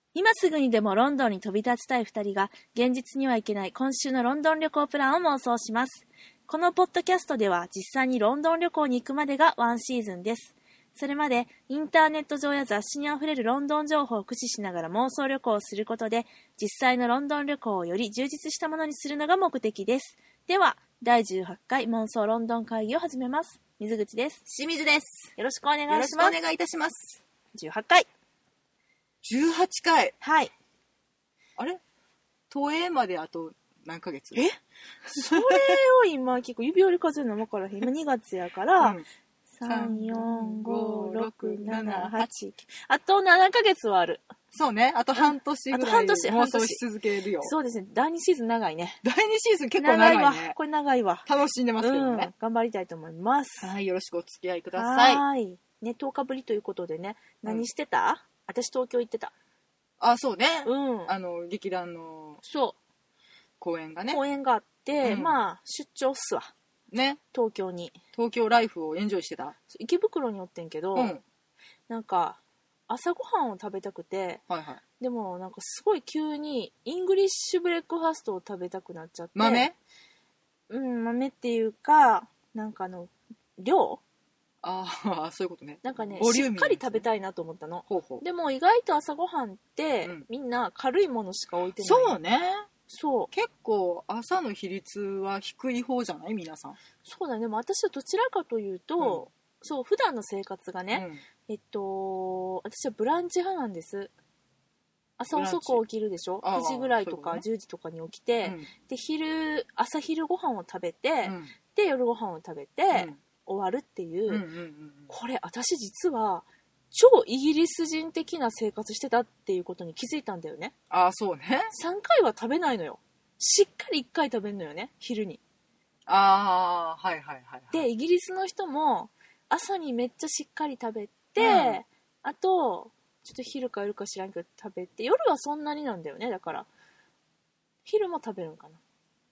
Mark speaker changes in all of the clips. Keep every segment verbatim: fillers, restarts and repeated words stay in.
Speaker 1: 今すぐにでもロンドンに飛び立ちたいふたりが現実には行けない今週のロンドン旅行プランを妄想します。このポッドキャストでは実際にロンドン旅行に行くまでがワンシーズンです。それまでインターネット上や雑誌にあふれるロンドン情報を駆使しながら妄想旅行をすることで実際のロンドン旅行をより充実したものにするのが目的です。ではだいじゅうはちかい妄想ロンドン会議を始めます。水口です。
Speaker 2: 清水です。
Speaker 1: よろしくお願いします。
Speaker 2: よろしくお願いいたします。
Speaker 1: じゅうはちかい。
Speaker 2: じゅうはちかい。
Speaker 1: はい。あ
Speaker 2: れ都営まであと何ヶ月？
Speaker 1: えそれを今結構指折り数えるの分からへん。今にがつやから、うん、さん、よん、ご、ろく、なな、はちあとななかげつはある。
Speaker 2: そうね。あと半年ぐらい妄想し続けるよ。
Speaker 1: そうですね。だいにシーズン長いね。
Speaker 2: だいにシーズン結構長いね。
Speaker 1: 長いわ。これ長いわ。
Speaker 2: 楽しんでますけどね、
Speaker 1: うん。頑張りたいと思います。
Speaker 2: はい。よろしくお付き合いください。
Speaker 1: はい。ね、とおかぶりということでね。何してた？うん、私東京行ってた。
Speaker 2: あ、そうね。
Speaker 1: うん。
Speaker 2: あの、劇団の
Speaker 1: そう。
Speaker 2: 公演がね。
Speaker 1: 公演があって、うん、まあ、出張っすわ。
Speaker 2: ね。
Speaker 1: 東京に。
Speaker 2: 東京ライフをエンジョイしてた。
Speaker 1: 池袋におってんけど、うん、なんか、朝ごはんを食べたくて、
Speaker 2: はいはい、
Speaker 1: でもなんかすごい急にイングリッシュブレックファストを食べたくなっちゃって。
Speaker 2: 豆？
Speaker 1: うん、豆っていうか、なんかあの、量？
Speaker 2: ああ、そういうことね。
Speaker 1: なんかね、しっかり食べたいなと思ったの。
Speaker 2: ほうほう。
Speaker 1: でも意外と朝ごはんって、うん、みんな軽いものしか置いてない。
Speaker 2: そうね。
Speaker 1: そう。
Speaker 2: 結構朝の比率は低い方じゃない皆さん。
Speaker 1: そうだね。でも私はどちらかというと、うん、そう、普段の生活がね、うん、えっと、私はブランチ派なんです。朝遅く起きるでしょ。くじぐらいとかじゅうじとかに起きて、うん、で、昼、朝昼ご飯を食べて、うん、で、夜ご飯を食べて、うん終わるっていう、うんうんうんうん、これ私実は超イギリス人的な生活してたっていうことに気づいたんだよね。
Speaker 2: ああそうね。
Speaker 1: さんかいは食べないのよ。しっかりいっかい食べるのよね、昼に。
Speaker 2: ああはいはいはい、はい、
Speaker 1: でイギリスの人も朝にめっちゃしっかり食べて、うん、あとちょっと昼か夜か知らんけど食べて、夜はそんなになんだよね。だから昼も食べるんかな。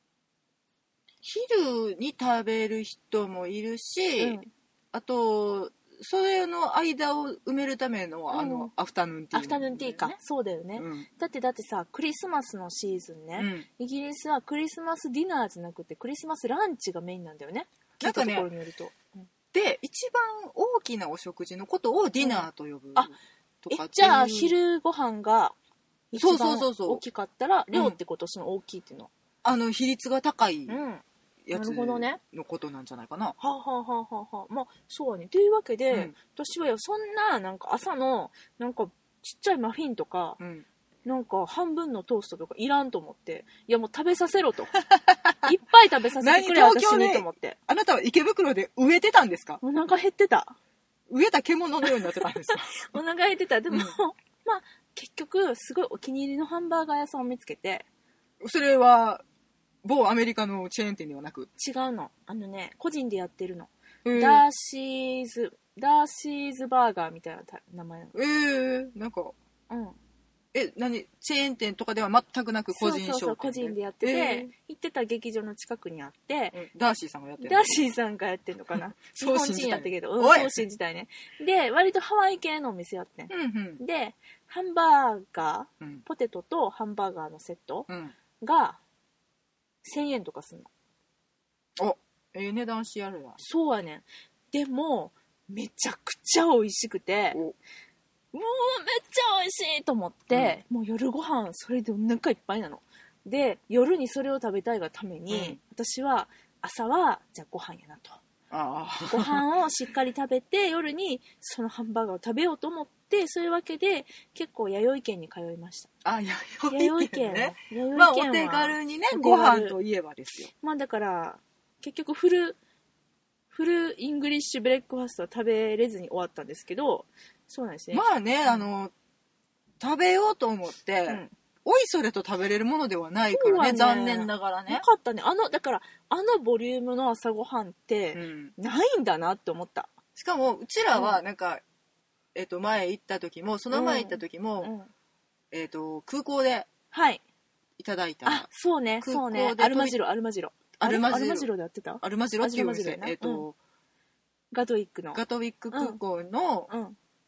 Speaker 2: 昼に食べる人もいるし、うん、あとそれの間を埋めるための、うん、あのアフタヌーンティー、ね、
Speaker 1: アフタヌーンティーか。そうだよね、うん、だってだってさクリスマスのシーズンね、うん、イギリスはクリスマスディナーじゃなくてクリスマスランチがメインなんだよね。聞いたところによると、ねうん、
Speaker 2: で一番大きなお食事のことをディナーと呼ぶ、うん、
Speaker 1: あとかっていう。えじゃあ昼ご飯が一番大きかったら量ってこと、その大きいっていうのは
Speaker 2: あの比率が高い、
Speaker 1: うん
Speaker 2: やつのことなんじゃないかな。
Speaker 1: はあ、はあはあはあはあ、まあそうね。というわけで、うん、私はそんななんか朝のなんかちっちゃいマフィンとか、うん、なんか半分のトーストとかいらんと思って、いやもう食べさせろといっぱい食べさせてくれ私にと思って。
Speaker 2: あなたは池袋で飢えてたんですか？
Speaker 1: お腹減ってた。
Speaker 2: 飢えた獣のようになってたんですか？
Speaker 1: お腹減ってた。でも、うん、まあ結局すごいお気に入りのハンバーガー屋さんを見つけて。
Speaker 2: それは某アメリカのチェーン店ではなく
Speaker 1: 違うの。あのね個人でやってるの。ダーシーズダーシーズバーガーみたいな名前なの。
Speaker 2: えー、なんか
Speaker 1: うん
Speaker 2: え何チェーン店とかでは全くなく個人商店で。そうそうそう
Speaker 1: 個人でやってて、えー、行ってた劇場の近くにあって、
Speaker 2: うん、ダーシーさんがやってる
Speaker 1: ダーシーさんがやってるのかな日本人やったけどうんそう信じたいね。で割とハワイ系のお店やってん、
Speaker 2: うんうん、
Speaker 1: でハンバーガー、うん、ポテトとハンバーガーのセットがせんえんとかすんの。
Speaker 2: お、ええ値段しやるわ。
Speaker 1: そうやねん。でもめちゃくちゃ美味しくて、もうめっちゃ美味しいと思って、うん、もう夜ご飯それでお腹いっぱいなの。で夜にそれを食べたいがために、うん、私は朝はじゃあご飯やなと。
Speaker 2: あ
Speaker 1: ご飯をしっかり食べて夜にそのハンバーガーを食べようと思って、そういうわけで結構弥生県に通いました。
Speaker 2: あ、弥生県ね。
Speaker 1: 弥生県
Speaker 2: まあお手軽にねご飯といえばですよ。
Speaker 1: まあだから結局フルフルイングリッシュブレックファストは食べれずに終わったんですけど、そうなんですね。
Speaker 2: まあね、うん、あの食べようと思って、うん、おいそれと食べれるものではないからね、残念ながらね。
Speaker 1: なかったね。あのだからあのボリュームの朝ごはんってないんだなって思った。うん、
Speaker 2: しかもうちらはなんか、うん、えっと前行った時もその前行った時も、うん、えっと空港でいただいた。
Speaker 1: はい、あ、そうね、そうね。アルマジロ、アルマジロ。アルマジロ、アルマジロでやってた？
Speaker 2: アルマジロっていう店、えっと、
Speaker 1: うん、ガトウィックの
Speaker 2: ガトウィック空港の、
Speaker 1: うんうん、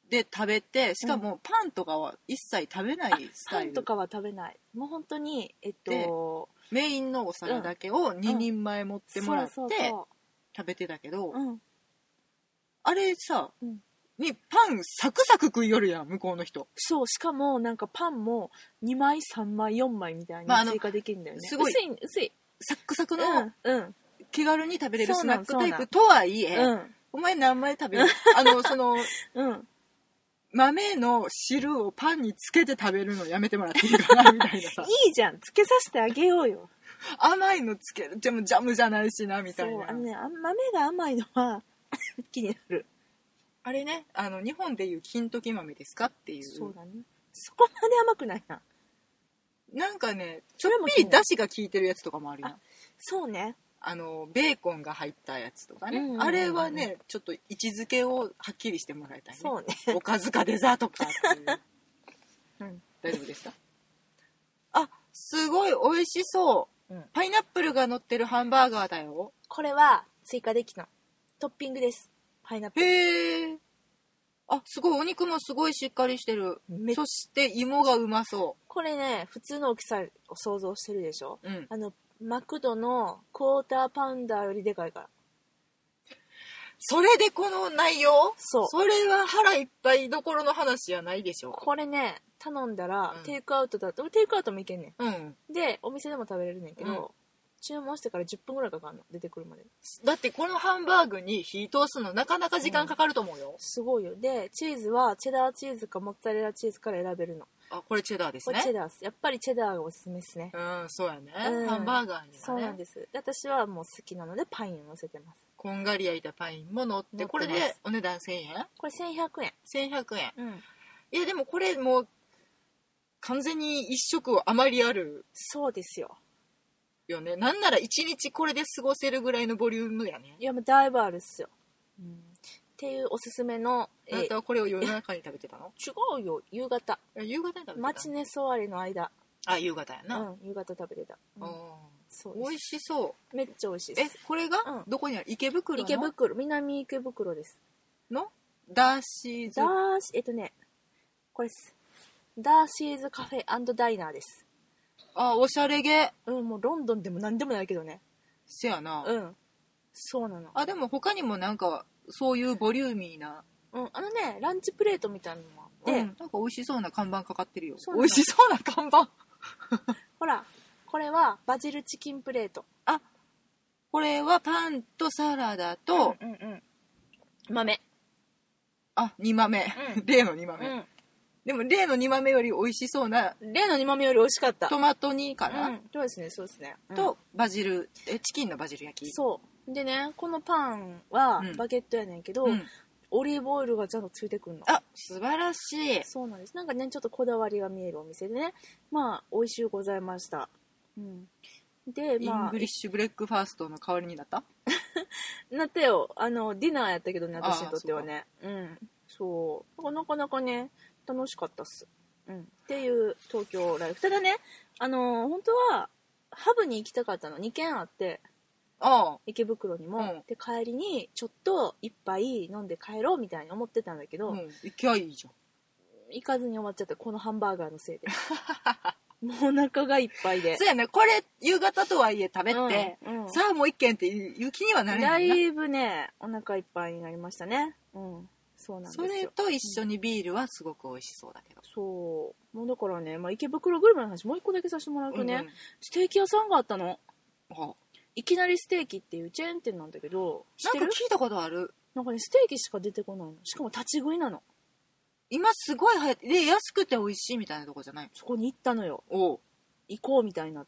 Speaker 2: で食べて、しかもパンとかは一切食べないスタイル、
Speaker 1: パンとかは食べない、もう本当にえっと
Speaker 2: メインのお皿だけをににんまえ持ってもらって食べてたけど、
Speaker 1: うん、
Speaker 2: あれさ、
Speaker 1: うん、
Speaker 2: にパンサクサク食いよるやん向こうの人。
Speaker 1: そう、しかもなんかパンもにまいさんまいよんまいみたいに追加できるんだよね、まあ、すごい薄い薄い
Speaker 2: サクサクの、
Speaker 1: うんうん、
Speaker 2: 気軽に食べれるスナックタイプとはいえ、うん、お前何枚食べるあのその、うん、豆の汁をパンにつけて食べるのやめてもらっていいかなみたいなさ
Speaker 1: いいじゃん、つけさせてあげようよ。
Speaker 2: 甘いのつける、でもジャムじゃないしなみたいな。そう、
Speaker 1: あのね、豆が甘いのは気になる。
Speaker 2: あれね、あの日本でいう金時豆ですかっていう。
Speaker 1: そうだね、そこまで甘くないな。
Speaker 2: なんかね、ちょっぴり出汁が効いてるやつとかもあるやん。
Speaker 1: そうね、
Speaker 2: あのベーコンが入ったやつとかね、うんうんうん、あれはねちょっと位置づけをはっきりしてもらいたいね。
Speaker 1: そうね、
Speaker 2: おかずかデザートかっていう、うん、大丈夫ですか。あ、すごい美味しそう、うん、パイナップルが乗ってるハンバーガーだよ。
Speaker 1: これは追加できたトッピングです、パイナップル。
Speaker 2: へー、あ、すごいお肉もすごいしっかりしてる。そして芋がうまそう。
Speaker 1: これね、普通の大きさを想像してるでしょ、
Speaker 2: うん、
Speaker 1: あのマクドのクォーターパウンダーよりでかいから。
Speaker 2: それでこの内容？
Speaker 1: そう、
Speaker 2: それは腹いっぱいどころの話じゃないでしょ。
Speaker 1: これね、頼んだら、うん、テイクアウトだとテイクアウトもいけんねん、
Speaker 2: うん、
Speaker 1: でお店でも食べれるねんけど、うん、注文してからじゅっぷんぐらいかかるの、出てくるまで。
Speaker 2: だってこのハンバーグに火通すのなかなか時間かかると思うよ、うん、
Speaker 1: すごいよ。でチーズはチェダーチーズかモッツァレラチーズから選べるの。
Speaker 2: あ、これチェダーですね。
Speaker 1: これチェダーです。やっぱりチェダーがおすすめですね。
Speaker 2: うん、そうやね、うん、ハンバーガーにはね。
Speaker 1: そうなんです。で私はもう好きなのでパインを乗せてます。
Speaker 2: こんがり焼いたパインも乗って、これでお値段せんえん。
Speaker 1: これせんひゃくえん。
Speaker 2: せんひゃくえん、
Speaker 1: うん、
Speaker 2: いやでもこれもう完全に一食余りある。
Speaker 1: そうですよ
Speaker 2: よね。なんなら一日これで過ごせるぐらいのボリュームやね。
Speaker 1: いやもうだいぶあるっすよ、うん、っていうおすすめの。
Speaker 2: あなたはこれを夜中に食べてたの？
Speaker 1: 違うよ、夕方。
Speaker 2: 夕方に食べてた。
Speaker 1: マチネソワレの間。
Speaker 2: あ、夕方やな。
Speaker 1: うん、夕方食べてた、うん、
Speaker 2: そうです。美味しそう。
Speaker 1: めっちゃ美味しいです。
Speaker 2: え、これが、うん、どこにある？池袋の？
Speaker 1: 池袋、南池袋です
Speaker 2: のダーシーズ。
Speaker 1: ダーシー、えっとね、これです。ダーシーズカフェ&ダイナーです。
Speaker 2: あ、おしゃれげ。
Speaker 1: うん、もうロンドンでも何でもないけどね。
Speaker 2: せやな。
Speaker 1: うん、そうなの。
Speaker 2: あ、でも他にもなんかそういうボリューミーな、
Speaker 1: うん、あのね、ランチプレートみたいなのもあって、うん、
Speaker 2: なんか美味しそうな看板かかってるよ。美味しそうな看板
Speaker 1: ほら、これはバジルチキンプレート。
Speaker 2: あ、これはパンとサラダと、
Speaker 1: うんうんうん、豆。
Speaker 2: あ、煮豆、うん、例の煮豆、うん、でも例の煮豆より美味しそうな。
Speaker 1: 例の煮豆より美味しかった。
Speaker 2: トマト煮かな、
Speaker 1: うん、そうですね、そうですね、うん、
Speaker 2: とバジル、え、チキンのバジル焼き。
Speaker 1: そうでね、このパンはバゲットやねんけど、うん、オリーブオイルがちゃんとついてくるの。
Speaker 2: あ、素晴らしい。
Speaker 1: そうなんです。なんかね、ちょっとこだわりが見えるお店でね、まあ美味しゅうございました、うん、で、まあ、
Speaker 2: イングリッシュブレックファーストの代わりになった
Speaker 1: なったよ。あのディナーやったけどね、私にとってはね。う、うん、そうなかなかね楽しかったっす、うん、っていう東京ライフ。ただね、あのー、本当はハブに行きたかったのにけんあって、
Speaker 2: ああ
Speaker 1: 池袋にも、うん、で帰りにちょっと一杯飲んで帰ろうみたいに思ってたんだけど、うん、
Speaker 2: 行きゃいいじゃん。
Speaker 1: 行かずに終わっちゃった、このハンバーガーのせいでもうお腹がいっぱいで。
Speaker 2: そうやね、これ夕方とはいえ食べて、うんうん、さあもう一軒っていう気にはなれないな。
Speaker 1: だいぶねお腹いっぱいになりましたね、うん、そうなんですよ。
Speaker 2: それと一緒にビールはすごく美味しそうだけど、
Speaker 1: うん、そうもうだからね、まあ、池袋グルメの話もう一個だけさせてもらうとね、うんうん、ステーキ屋さんがあったの。
Speaker 2: はあ、
Speaker 1: いきなりステーキっていうチェーン店なんだけど、知ってる？
Speaker 2: なんか聞いたことある。
Speaker 1: なんかね、ステーキしか出てこないの。しかも立ち食いなの。
Speaker 2: 今すごい流行ってで安くて美味しいみたいなとこじゃない？
Speaker 1: そこに行ったのよ。
Speaker 2: おう、
Speaker 1: 行こうみたいになって、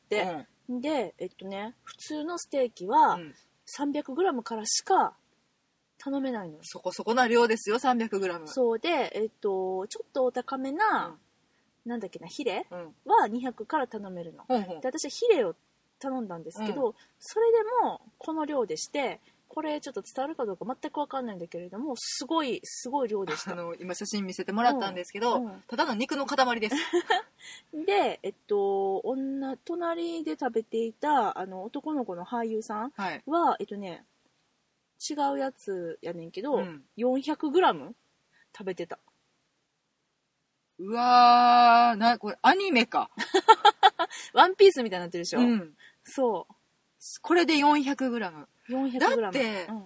Speaker 1: うん、でえっとね普通のステーキは さんびゃくグラム からしか頼めないのよ。
Speaker 2: そこそこな量ですよ さんびゃくグラム。
Speaker 1: そうで、えっとちょっとお高めな、うん、なんだっけなヒレ、うん、はにひゃくから頼めるの、うんうん、で私はヒレを頼んだんですけど、うん、それでもこの量でして、これちょっと伝わるかどうか全く分かんないんだけれども、すごいすごい量でした。
Speaker 2: あの今写真見せてもらったんですけど、うんうん、ただの肉の塊です
Speaker 1: で、えっと女隣で食べていたあの男の子の俳優さんは、はい、えっとね違うやつやねんけど、うん、よんひゃくグラム 食べてた。
Speaker 2: うわー、な、これアニメか。
Speaker 1: ワンピースみたいになってるでしょ。
Speaker 2: うん。
Speaker 1: そう。
Speaker 2: これで よんひゃくグラム。
Speaker 1: よんひゃくグラム。
Speaker 2: だって、うん、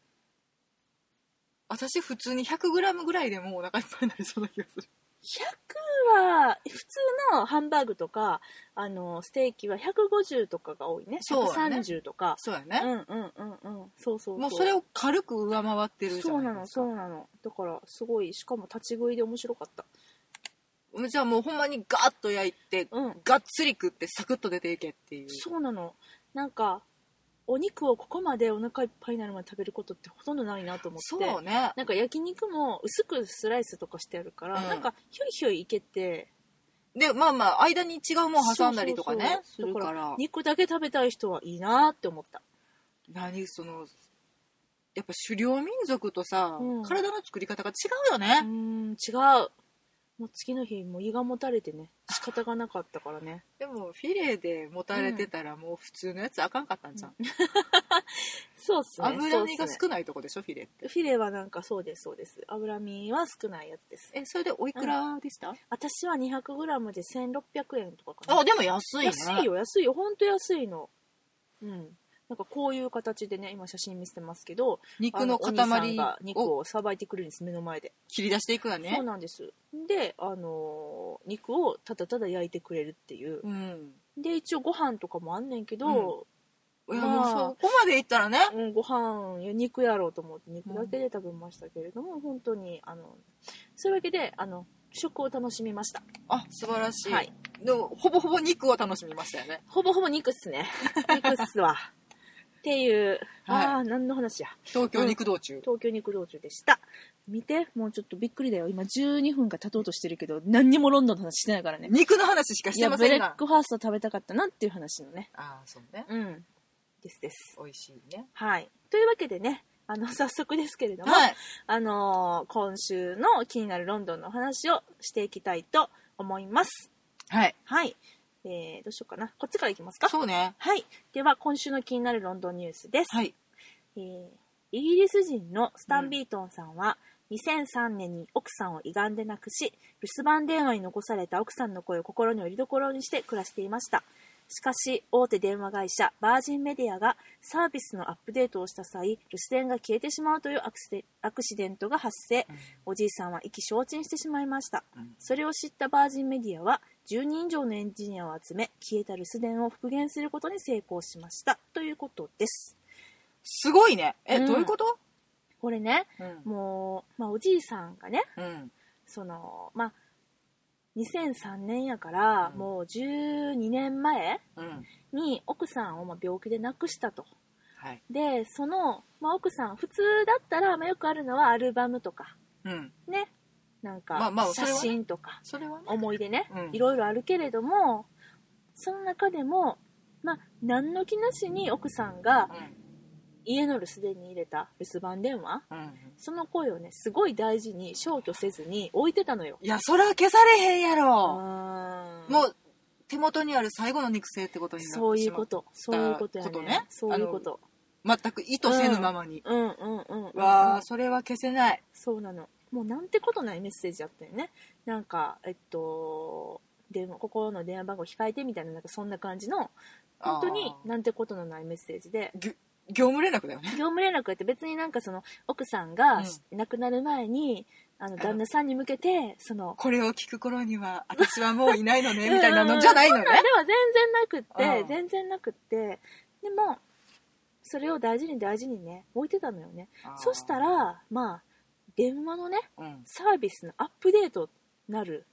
Speaker 2: 私普通に ひゃくグラム ぐらいでもうお腹いっぱいになりそうな気がする。
Speaker 1: ひゃくは普通のハンバーグとかあのステーキはひゃくごじゅうとかが多いね。
Speaker 2: そうやね。
Speaker 1: ひゃくさんじゅうとか。
Speaker 2: そうやね。
Speaker 1: うんうんうんうん。そうそうそう。
Speaker 2: もうそれを軽く上回ってるじゃないですか。
Speaker 1: そうなのそうなの。だからすごい、しかも立ち食いで面白かった。
Speaker 2: じゃあもうほんまにガーッと焼いて、うん、ガッツリ食ってサクッと出ていけっていう。
Speaker 1: そうなの。なんかお肉をここまでお腹いっぱいになるまで食べることってほとんどないなと思って。
Speaker 2: そうね。
Speaker 1: なんか焼肉も薄くスライスとかしてあるから、うん、なんかひょいひょいいけて、
Speaker 2: でまあまあ間に違うもん挟んだりとかね。そうそうそうするから、
Speaker 1: だから肉だけ食べたい人はいいなって思った。
Speaker 2: 何そのやっぱ狩猟民族とさ、うん、体の作り方が違うよね。
Speaker 1: うーん違う。もう次の日もう胃がもたれてね、仕方がなかったからね。
Speaker 2: でもフィレでもたれてたらもう普通のやつあかんかったんじゃん、うん、
Speaker 1: そうっすね。
Speaker 2: 脂身が少ないとこでしょ、フィレって。
Speaker 1: フィレはなんかそうですそうです。脂身は少ないやつです。
Speaker 2: え、それでおいくらでした、うん、
Speaker 1: 私は にひゃくグラム でせんろっぴゃくえんとかかな。
Speaker 2: あ、でも安いね。
Speaker 1: 安いよ安いよ、ほんと安いの。うん。なんかこういう形でね、今写真見せてますけど、
Speaker 2: 肉の塊
Speaker 1: が肉をさばいてくるんです、目の前で。
Speaker 2: 切り出していくよね。
Speaker 1: そうなんです。で、あのー、肉をただただ焼いてくれるっていう、うん、で一応ご飯とかもあんねんけど、
Speaker 2: うん、いや、まあ、もうそこまでいったらね、
Speaker 1: うん、ご飯いや肉やろうと思って肉だけで食べましたけれども、うん、本当にあのそういうわけであの食を楽しみました。
Speaker 2: あ、素晴らしい。はい、でもほぼほぼ肉を楽しみましたよね。
Speaker 1: ほぼほぼ肉っすね。肉っすわ。っていう、はい、ああ何の話や。
Speaker 2: 東京肉道中、
Speaker 1: うん、東京肉道中でした。見て、もうちょっとびっくりだよ。今じゅうにふんが経とうとしてるけど何にもロンドンの話してないからね。
Speaker 2: 肉の話しかしてませんが。
Speaker 1: いや、ブレックファースト食べたかったなっていう話のね。
Speaker 2: ああ、そうね。
Speaker 1: うんですです。
Speaker 2: 美味しいね。
Speaker 1: はい。というわけでね、あの早速ですけれども、はい、あのー、今週の気になるロンドンの話をしていきたいと思います。
Speaker 2: はい。
Speaker 1: はい。えー、どうしようかな。こっちからいきますか。
Speaker 2: そうね。
Speaker 1: はい。では今週の気になるロンドンニュースです。
Speaker 2: はい。
Speaker 1: えー、イギリス人のスタン・ビートンさんは、うん、にせんさんねんに奥さんを胃がんで亡くし、留守番電話に残された奥さんの声を心の拠り所にして暮らしていました。しかし大手電話会社バージンメディアがサービスのアップデートをした際、留守電が消えてしまうというアクシデ、アクシデントが発生、うん、おじいさんは意気消沈してしまいました、うん、それを知ったバージンメディアはじゅうにん以上のエンジニアを集め、消えた留守電を復元することに成功しましたということです。
Speaker 2: すごいね。え、うん、どういうこと？
Speaker 1: これね、うん、もう、まあ、おじいさんがね、
Speaker 2: うん、
Speaker 1: そのまあにせんさんねんやから、うん、もうじゅうにねんまえに奥さんをまあ病気で亡くしたと、
Speaker 2: はい、
Speaker 1: でその、まあ、奥さん普通だったら、まあ、よくあるのはアルバムとか、
Speaker 2: うん、
Speaker 1: ね、なんか写真とか、
Speaker 2: それはね、
Speaker 1: 思い出ね、
Speaker 2: うん、
Speaker 1: いろいろあるけれども、その中でも、まあ、何の気なしに奥さんが、うん家の留守電に入れた留守番電話、
Speaker 2: うん、
Speaker 1: その声をねすごい大事に消去せずに置いてたのよ。
Speaker 2: いや、それは消されへんやろ。もう手元にある最後の肉声ってことになってしまった。
Speaker 1: そういうことそういうことやね。
Speaker 2: ね、
Speaker 1: そういうこと
Speaker 2: 全く意図せぬままに、
Speaker 1: うん、うんうんうんうん、
Speaker 2: わあ、それは消せない。
Speaker 1: そうなの。もうなんてことないメッセージあったよね。なんかえっと電話ここの電話番号控えてみたいな、なんかそんな感じの本当になんてことのないメッセージで、
Speaker 2: 業務連絡だよね。
Speaker 1: 業務連絡やって、別になんかその奥さんが亡くなる前に、うん、あの旦那さんに向けてその
Speaker 2: これを聞く頃には私はもういないのねみたいなのじゃないのね。
Speaker 1: そんなんでは全然なくって全然なくってでもそれを大事に大事にね置いてたのよね。そしたらまあ電話のね、うん、サービスのアップデートなる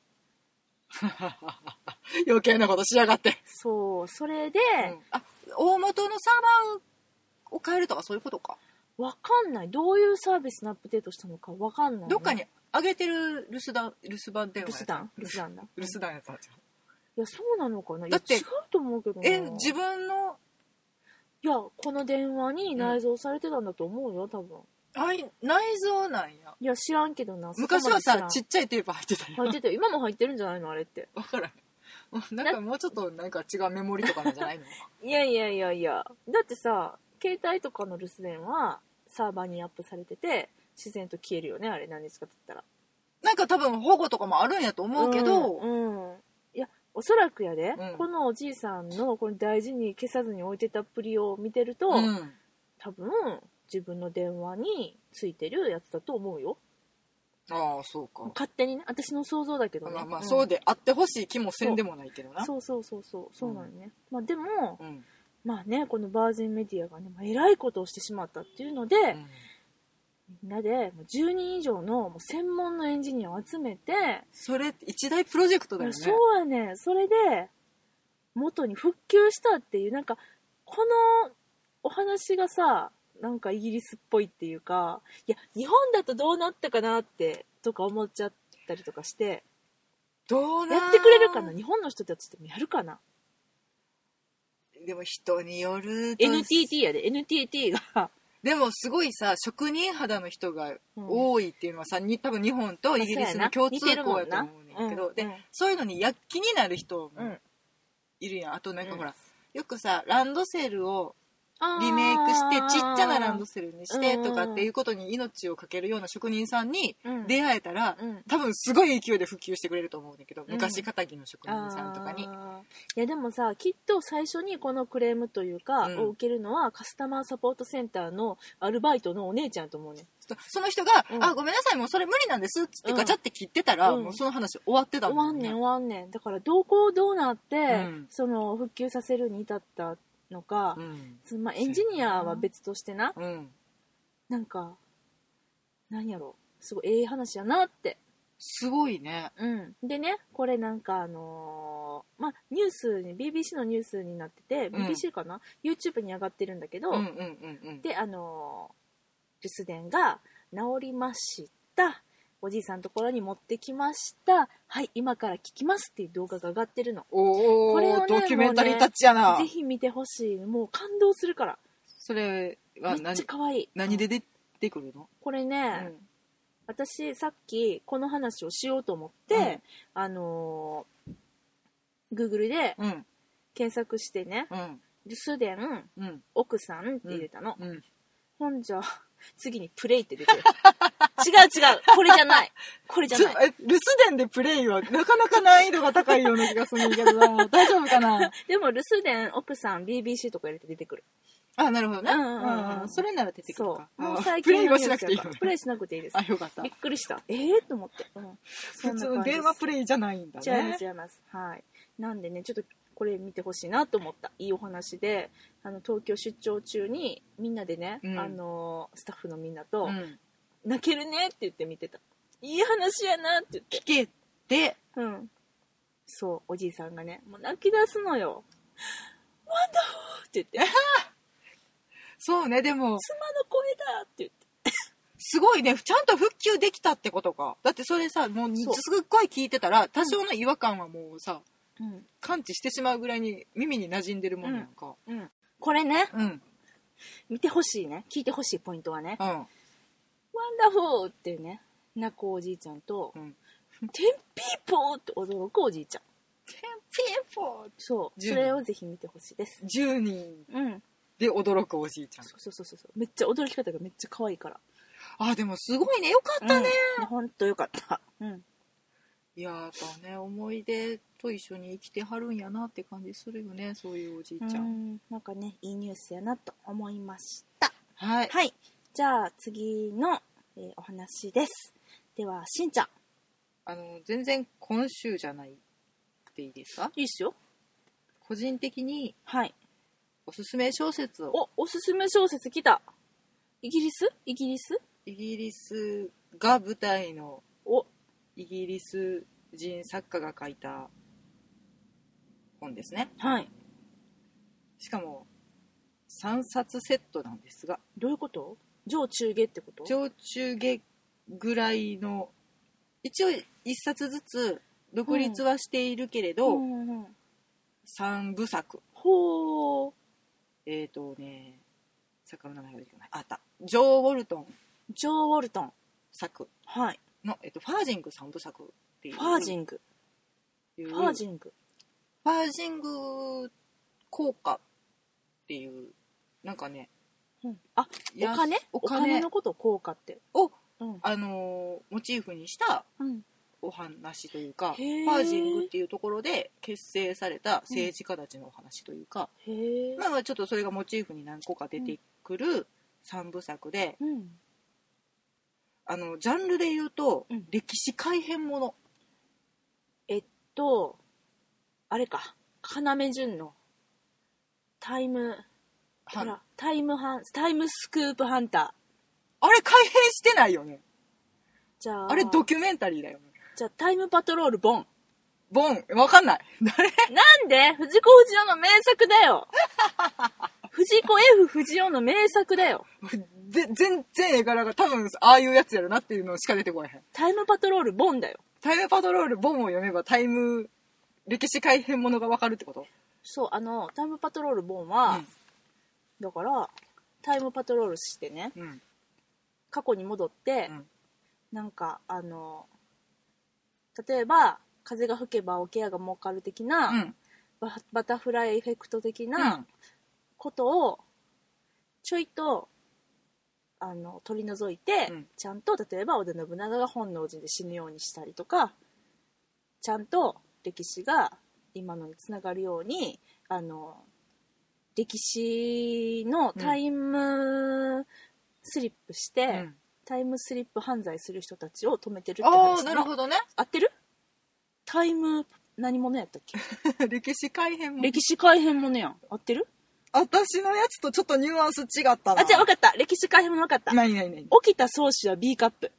Speaker 2: 余計なことしやがって。
Speaker 1: そう、それで、
Speaker 2: うん、あ、大元のサーバーを変えるとかそういうことか。
Speaker 1: わかんない。どういうサービスのアップデートしたのかわかんない、ね。
Speaker 2: どっかに上げてる留守番留守番電話。
Speaker 1: 留守番留守番だ。
Speaker 2: 留守番やったじゃん。
Speaker 1: いや、そうなのかな。
Speaker 2: だって
Speaker 1: 違うと思うけどな。
Speaker 2: え、自分の
Speaker 1: いや、この電話に内蔵されてたんだと思うよ、多分。
Speaker 2: あい、内蔵なんや。
Speaker 1: いや、知らんけどな。
Speaker 2: 昔はさ、ちっちゃいテープ入ってたよ。
Speaker 1: 入ってたよ。今も入ってるんじゃないのあれって。
Speaker 2: わからん。なんかもうちょっとなんか違うメモリとかなんじゃないの
Speaker 1: いやいやいやいや。だってさ、携帯とかの留守電はサーバーにアップされてて自然と消えるよね、あれ何日か経ったら。
Speaker 2: なんか多分保護とかもあるんやと思うけど、
Speaker 1: うん、うん、いやおそらくやで、
Speaker 2: うん、
Speaker 1: このおじいさんのこの大事に消さずに置いてたっぷりを見てると、うん、多分自分の電話についてるやつだと思うよ。
Speaker 2: ああ、そうか。
Speaker 1: 勝手にね、私の想像だけどね。
Speaker 2: まあまあ、そうであってほしい気もせんでもないけどな。
Speaker 1: そうそうそうそうそうなのね。まあでも、うん、まあね、このバージンメディアがね、まあ、えらいことをしてしまったっていうので、うん、みんなでじゅうにん以上のもう専門のエンジニアを集めて、
Speaker 2: それ一大プロジェクトだよね。
Speaker 1: そうやね。それで元に復旧したっていう、なんかこのお話がさ、なんかイギリスっぽいっていうか、いや日本だとどうなったかなってとか思っちゃったりとかして、
Speaker 2: どうな
Speaker 1: やってくれるかな、日本の人たちでもやるかな。
Speaker 2: でも人による
Speaker 1: と エヌティーティー やで エヌティーティー が
Speaker 2: でもすごいさ、職人肌の人が多いっていうのはさ、うん、多分日本とイギリスの共通項やと思うねんけど、うん、で、うん、そういうのに躍起になる人もいるやん。あとなんかほら、よくさランドセルをリメイクしてちっちゃなランドセルにしてとかっていうことに命をかけるような職人さんに出会えたら、うん、多分すごい勢いで普及してくれると思うんだけど、うん、昔かたぎの職人さんとかに。い
Speaker 1: やでもさ、きっと最初にこのクレームというか、うん、を受けるのはカスタマーサポートセンターのアルバイトのお姉ちゃんと思うね。
Speaker 2: その人が、うん、あごめんなさいもうそれ無理なんですっつってガチャって切ってたら、うん、もうその話終わってたもんね。
Speaker 1: 終わんねん終わんねん。だからどこどうなって、うん、その復旧させるに至ったのか、うん、まあ、エンジニアは別としてな、うん、なんか何やろすごいええ話やなって。
Speaker 2: すごいね、
Speaker 1: うん、でねこれなんかあのー、まあニュースに ビービーシー のニュースになってて、うん、ビービーシー かな YouTube に上がってるんだけど、うんうんうんうん、であのー、留守電が治りました、おじいさんのところに持ってきました、はい今から聞きますっていう動画が上がってるの。
Speaker 2: おお、これをね、ドキュメンタリータッチやな、
Speaker 1: ね、ぜひ見てほしい。もう感動するから。
Speaker 2: それは
Speaker 1: めっちゃ可愛い。
Speaker 2: 何で出てくるの？
Speaker 1: これね、うん、私さっきこの話をしようと思って、うん、あのー、Google で検索してね、うん、留守電、うん、奥さんって入れたの、うんうん、ほんじゃ次にプレイって出てる違う違うこれじゃないこれじゃない。
Speaker 2: 留守電でプレイはなかなか難易度が高いような気がするんだけどな大丈夫かな
Speaker 1: でも留守電奥さん ビービーシー とか入れて出てくる。
Speaker 2: あ、なるほどね、うんうんうんうん、それなら出てくるか。
Speaker 1: そうもう最近
Speaker 2: プレイはしなくていい、
Speaker 1: プレイしなくていいです。
Speaker 2: あ、よかった。
Speaker 1: びっくりした。えーと思って、うん、
Speaker 2: 普通電話プレイじゃないんだね。
Speaker 1: 違います違います。はい。なんでねちょっとこれ見てほしいなと思った。いいお話で、あの東京出張中にみんなでね、うん、あのスタッフのみんなと、うん、泣けるねって言って見てた。いい話やなって言って。
Speaker 2: 聞けて、
Speaker 1: うん。そうおじいさんがねもう泣き出すのよ。ワンダフーって言って。
Speaker 2: そうね、でも
Speaker 1: 妻の声だって言って
Speaker 2: すごいね、ちゃんと復旧できたってことか。だってそれさもうすっごい聞いてたら多少の違和感はもうさ、うん、感知してしまうぐらいに耳に馴染んでるもんなんか、
Speaker 1: うんうん、これね、うん、見てほしいね、聞いてほしいポイントはね、うん、ワンダフーっていうね泣くおじいちゃんと、うん、テンピーポーって驚くおじいちゃん。
Speaker 2: テンピーポー
Speaker 1: そうそれをぜひ見てほしいです。
Speaker 2: じゅうにんで驚くおじいちゃん、うん、
Speaker 1: そうそうそうそうめっちゃ驚き方がめっちゃ可愛いから。
Speaker 2: あでもすごいね、よかったね、
Speaker 1: うん、ほんとよかった、うん、
Speaker 2: いややっぱね思い出と一緒に生きてはるんやなって感じするよね、そういうおじいちゃん。
Speaker 1: うんなんかねいいニュースやなと思いました。
Speaker 2: はい、
Speaker 1: はい、じゃあ次の、えー、お話です。ではしんちゃん、
Speaker 2: あの全然今週じゃないくていいですか？
Speaker 1: いいっすよ。
Speaker 2: 個人的に
Speaker 1: はい
Speaker 2: おすすめ小説を。
Speaker 1: おおすすめ小説来た。イギリスイギリス
Speaker 2: イギリスが舞台の
Speaker 1: お
Speaker 2: イギリス人作家が書いた本ですね。
Speaker 1: はい。
Speaker 2: しかもさんさつセットなんですが。
Speaker 1: どういうこと？上中下ってこと？
Speaker 2: 上中下ぐらいの、一応いっさつずつ独立はしているけれど、うんうんうん、さんぶさく。
Speaker 1: ほー。
Speaker 2: えっとね作家の名前が出てこない。あった。ジョー・ウォルトン。
Speaker 1: ジョー・ウォルトン
Speaker 2: 作
Speaker 1: はい
Speaker 2: の、えっと、ファージングさんぶさくっていう。
Speaker 1: ファージングファージング
Speaker 2: ファージング効果っていうなんかね、
Speaker 1: うん、あお金お金のこと効果って
Speaker 2: をうん、あのー、モチーフにしたお話というか、
Speaker 1: うん、
Speaker 2: パージングっていうところで結成された政治家たちのお話というか、うん、まあちょっとそれがモチーフに何個か出てくるさんぶさくで、うん、あのジャンルで言うと、うん、歴史改変もの。
Speaker 1: えっとあれか、要潤のタイムほらタイムハンタイムスクープハンタ
Speaker 2: ー、あれ改変してないよね。
Speaker 1: じゃあ
Speaker 2: あれドキュメンタリーだよね。
Speaker 1: じゃあタイムパトロールボン
Speaker 2: ボンわかんない。誰？
Speaker 1: なんで藤子不二雄の名作だよ。藤子 F 不二雄の名作だよ。
Speaker 2: で全然絵柄が多分ああいうやつやるなっていうのしか出てこない。
Speaker 1: タイムパトロールボンだよ。
Speaker 2: タイムパトロールボンを読めばタイム歴史改変ものがわかるってこと？
Speaker 1: そう、あのタイムパトロールボンは、うん、だからタイムパトロールしてね、うん、過去に戻って、うん、なんかあの例えば風が吹けば桶屋が儲かる的な、うん、バ, バタフライエフェクト的なことをちょいとあの取り除いて、うん、ちゃんと例えば織田信長が本能寺で死ぬようにしたりとか、ちゃんと歴史が今のにつながるようにあの歴史のタイムスリップして、うん、タイムスリップ犯罪する人たちを止めてるって話。
Speaker 2: ああ、なるほどね。
Speaker 1: 合ってる？タイム何者やったっ
Speaker 2: け？歴史改変者。
Speaker 1: 歴史改変者やん。合ってる？
Speaker 2: 私のやつとちょっとニュアンス違ったな。
Speaker 1: あ、じゃあ分かった。歴史改変者分かった。
Speaker 2: 何何何？
Speaker 1: 沖田総司は B カップ。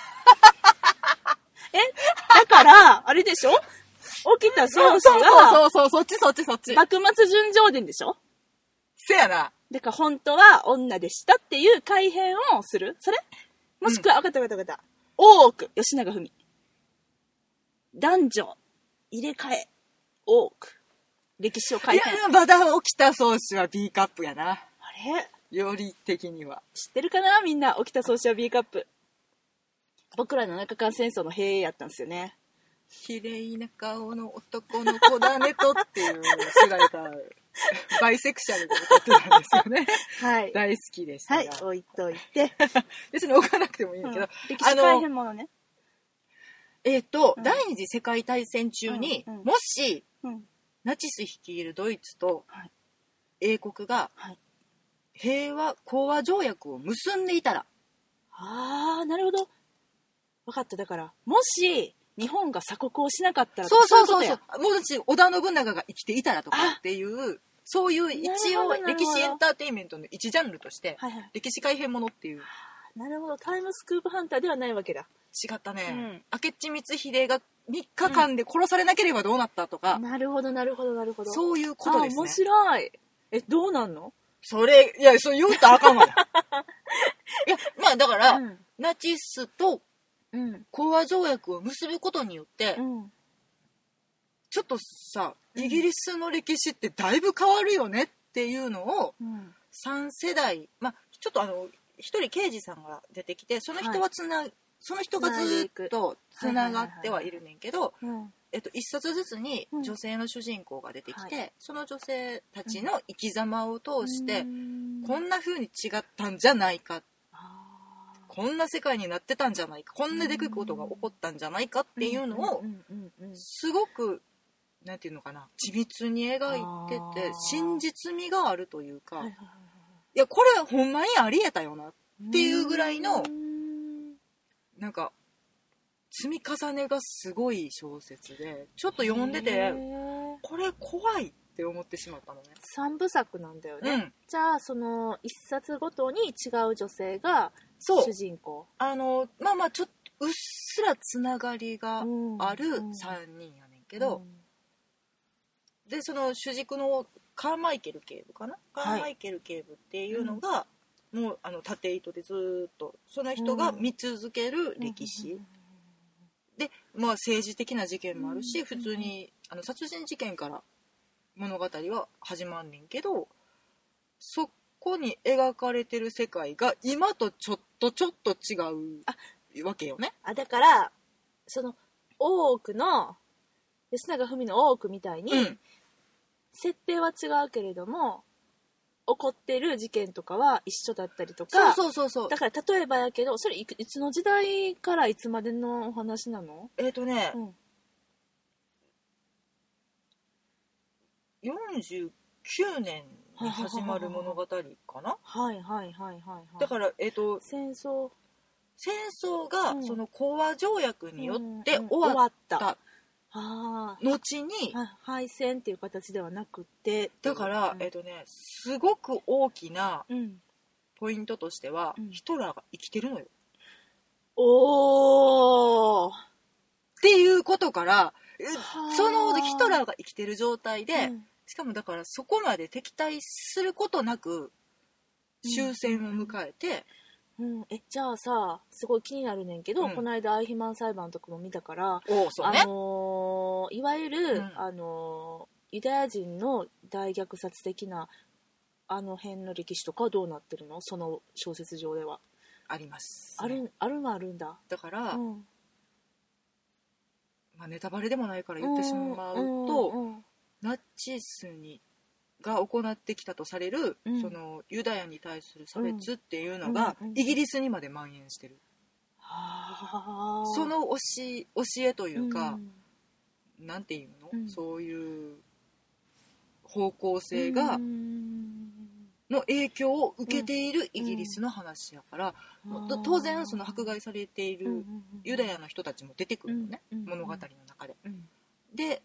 Speaker 1: え？だからあれでしょ？沖田総司は
Speaker 2: そうそうそうそう、そっちそっちそっち。
Speaker 1: 幕末純情伝でしょ？
Speaker 2: せやな。
Speaker 1: だから本当は女でしたっていう改変をする？それ？もしくは、分かった分かった分かった。大奥吉永文。男女入れ替え大奥歴史を改変。
Speaker 2: いや、まだ沖田総司は B カップやな。
Speaker 1: あれ？
Speaker 2: より的には
Speaker 1: 知ってるかなみんな。沖田総司は B カップ。僕らの中間戦争の兵やったんですよね。
Speaker 2: 綺麗な顔の男の子だねとっていう知られたバイセクシャルで歌ってたんですよね。
Speaker 1: はい。
Speaker 2: 大好きでしたが。
Speaker 1: はい、置いといて。
Speaker 2: 別に置かなくてもいいんだけど。うん、
Speaker 1: 歴史改変ものね。
Speaker 2: えっ、ー、と、うん、第二次世界大戦中に、うんうん、もし、うん、ナチス率いるドイツと英国が平和講和条約を結んでいたら。
Speaker 1: ああ、なるほど。分かった。だからもし日本が鎖国をしなかったら、
Speaker 2: そうそうそうそう、もし織田信長が生きていたらとかっていうそういう一応歴史エンターテインメントの一ジャンルとして、はいはい、歴史改変ものっていう。
Speaker 1: なるほど。タイムスクープハンターではないわけだ。
Speaker 2: 違ったね、うん、明智光秀がみっかかんで殺されなければどうなったとか、
Speaker 1: うん、なるほどなるほどなるほど、
Speaker 2: そういうことですね。
Speaker 1: 面白い。え、どうなんの？
Speaker 2: それ、いや、それ言うとあかんわよ。いや、まあだから、うん、ナチスと講和条約を結ぶことによって、うん、ちょっとさ、イギリスの歴史ってだいぶ変わるよねっていうのを、うん、さん世代、まあちょっとあの一人刑事さんが出てきて、その人はつな、はい、その人がずっとつながってはいるねんけど、えっと、一冊ずつに女性の主人公が出てきて、うん、その女性たちの生き様を通して、うん、こんな風に違ったんじゃないか、こんな世界になってたんじゃないか、こんな出来事が起こったんじゃないかっていうのをすごくなんていうのかな、緻密に描いてて真実味があるというか、はいはいはいはい、いやこれほんまにありえたよなっていうぐらいのなんか積み重ねがすごい小説で、ちょっと読んでてこれ怖いって思ってしまったのね。
Speaker 1: 三部作なんだよね、うん、じゃあその一冊ごとに違う女性が主人公。
Speaker 2: あのまあまあちょっとうっすらつながりがあるさんにんやねんけど、うんうん、でその主軸のカーマイケル警部かな、カーマイケル警部っていうのが、はい、もうあの縦糸でずっとその人が見続ける歴史、うん、で、まあ、政治的な事件もあるし、うん、普通にあの殺人事件から物語は始まんねんけど、そこに描かれてる世界が今とちょっとちょっと違うわけよね。
Speaker 1: あ、だからその大奥の吉永文の大奥みたいに、うん、設定は違うけれどもこってる事件とかは一緒だったりとか、
Speaker 2: そうそうそうそう、
Speaker 1: だから例えばやけど、それいつの時代からいつまでのお話なの？
Speaker 2: えっ、ー、とね、
Speaker 1: うん、
Speaker 2: よんじゅうきゅうねんに始まる物語かな。
Speaker 1: はいはいはいはい、はい、
Speaker 2: だからえっ、ー、と
Speaker 1: 戦争
Speaker 2: 戦争が、うん、その講和条約によって終わった、うんうん、
Speaker 1: 終わったあ
Speaker 2: 後に
Speaker 1: 敗戦っていう形ではなくて、
Speaker 2: だから、うん、えっ、ー、とねすごく大きなポイントとしては、うん、ヒトラーが生きてるのよ。
Speaker 1: おー
Speaker 2: っていうことからそのヒトラーが生きてる状態で、うん、しかもだからそこまで敵対することなく終戦を迎えて、
Speaker 1: うんうん、えじゃあさすごい気になるねんけど、うん、この間アイヒマン裁判とかも見たから、
Speaker 2: おそうね、
Speaker 1: あのー、いわゆる、うん、あのー、ユダヤ人の大虐殺的なあの辺の歴史とかはどうなってるの？その小説上では
Speaker 2: あります、
Speaker 1: ね、あるあるのあるんだ。
Speaker 2: だから、
Speaker 1: うん
Speaker 2: まあ、ネタバレでもないから言ってしまうと、うんうん、ナチスにが行ってきたとされる、うん、そのユダヤに対する差別っていうのが、うんうんうん、イギリスにまで蔓延してる、はその教し教えというか、うん、なんていうの、うん、そういう方向性が、うん、の影響を受けているイギリスの話やから、うん、当然その迫害されているユダヤの人たちも出てくるのね、うん、物語の中で、うん、で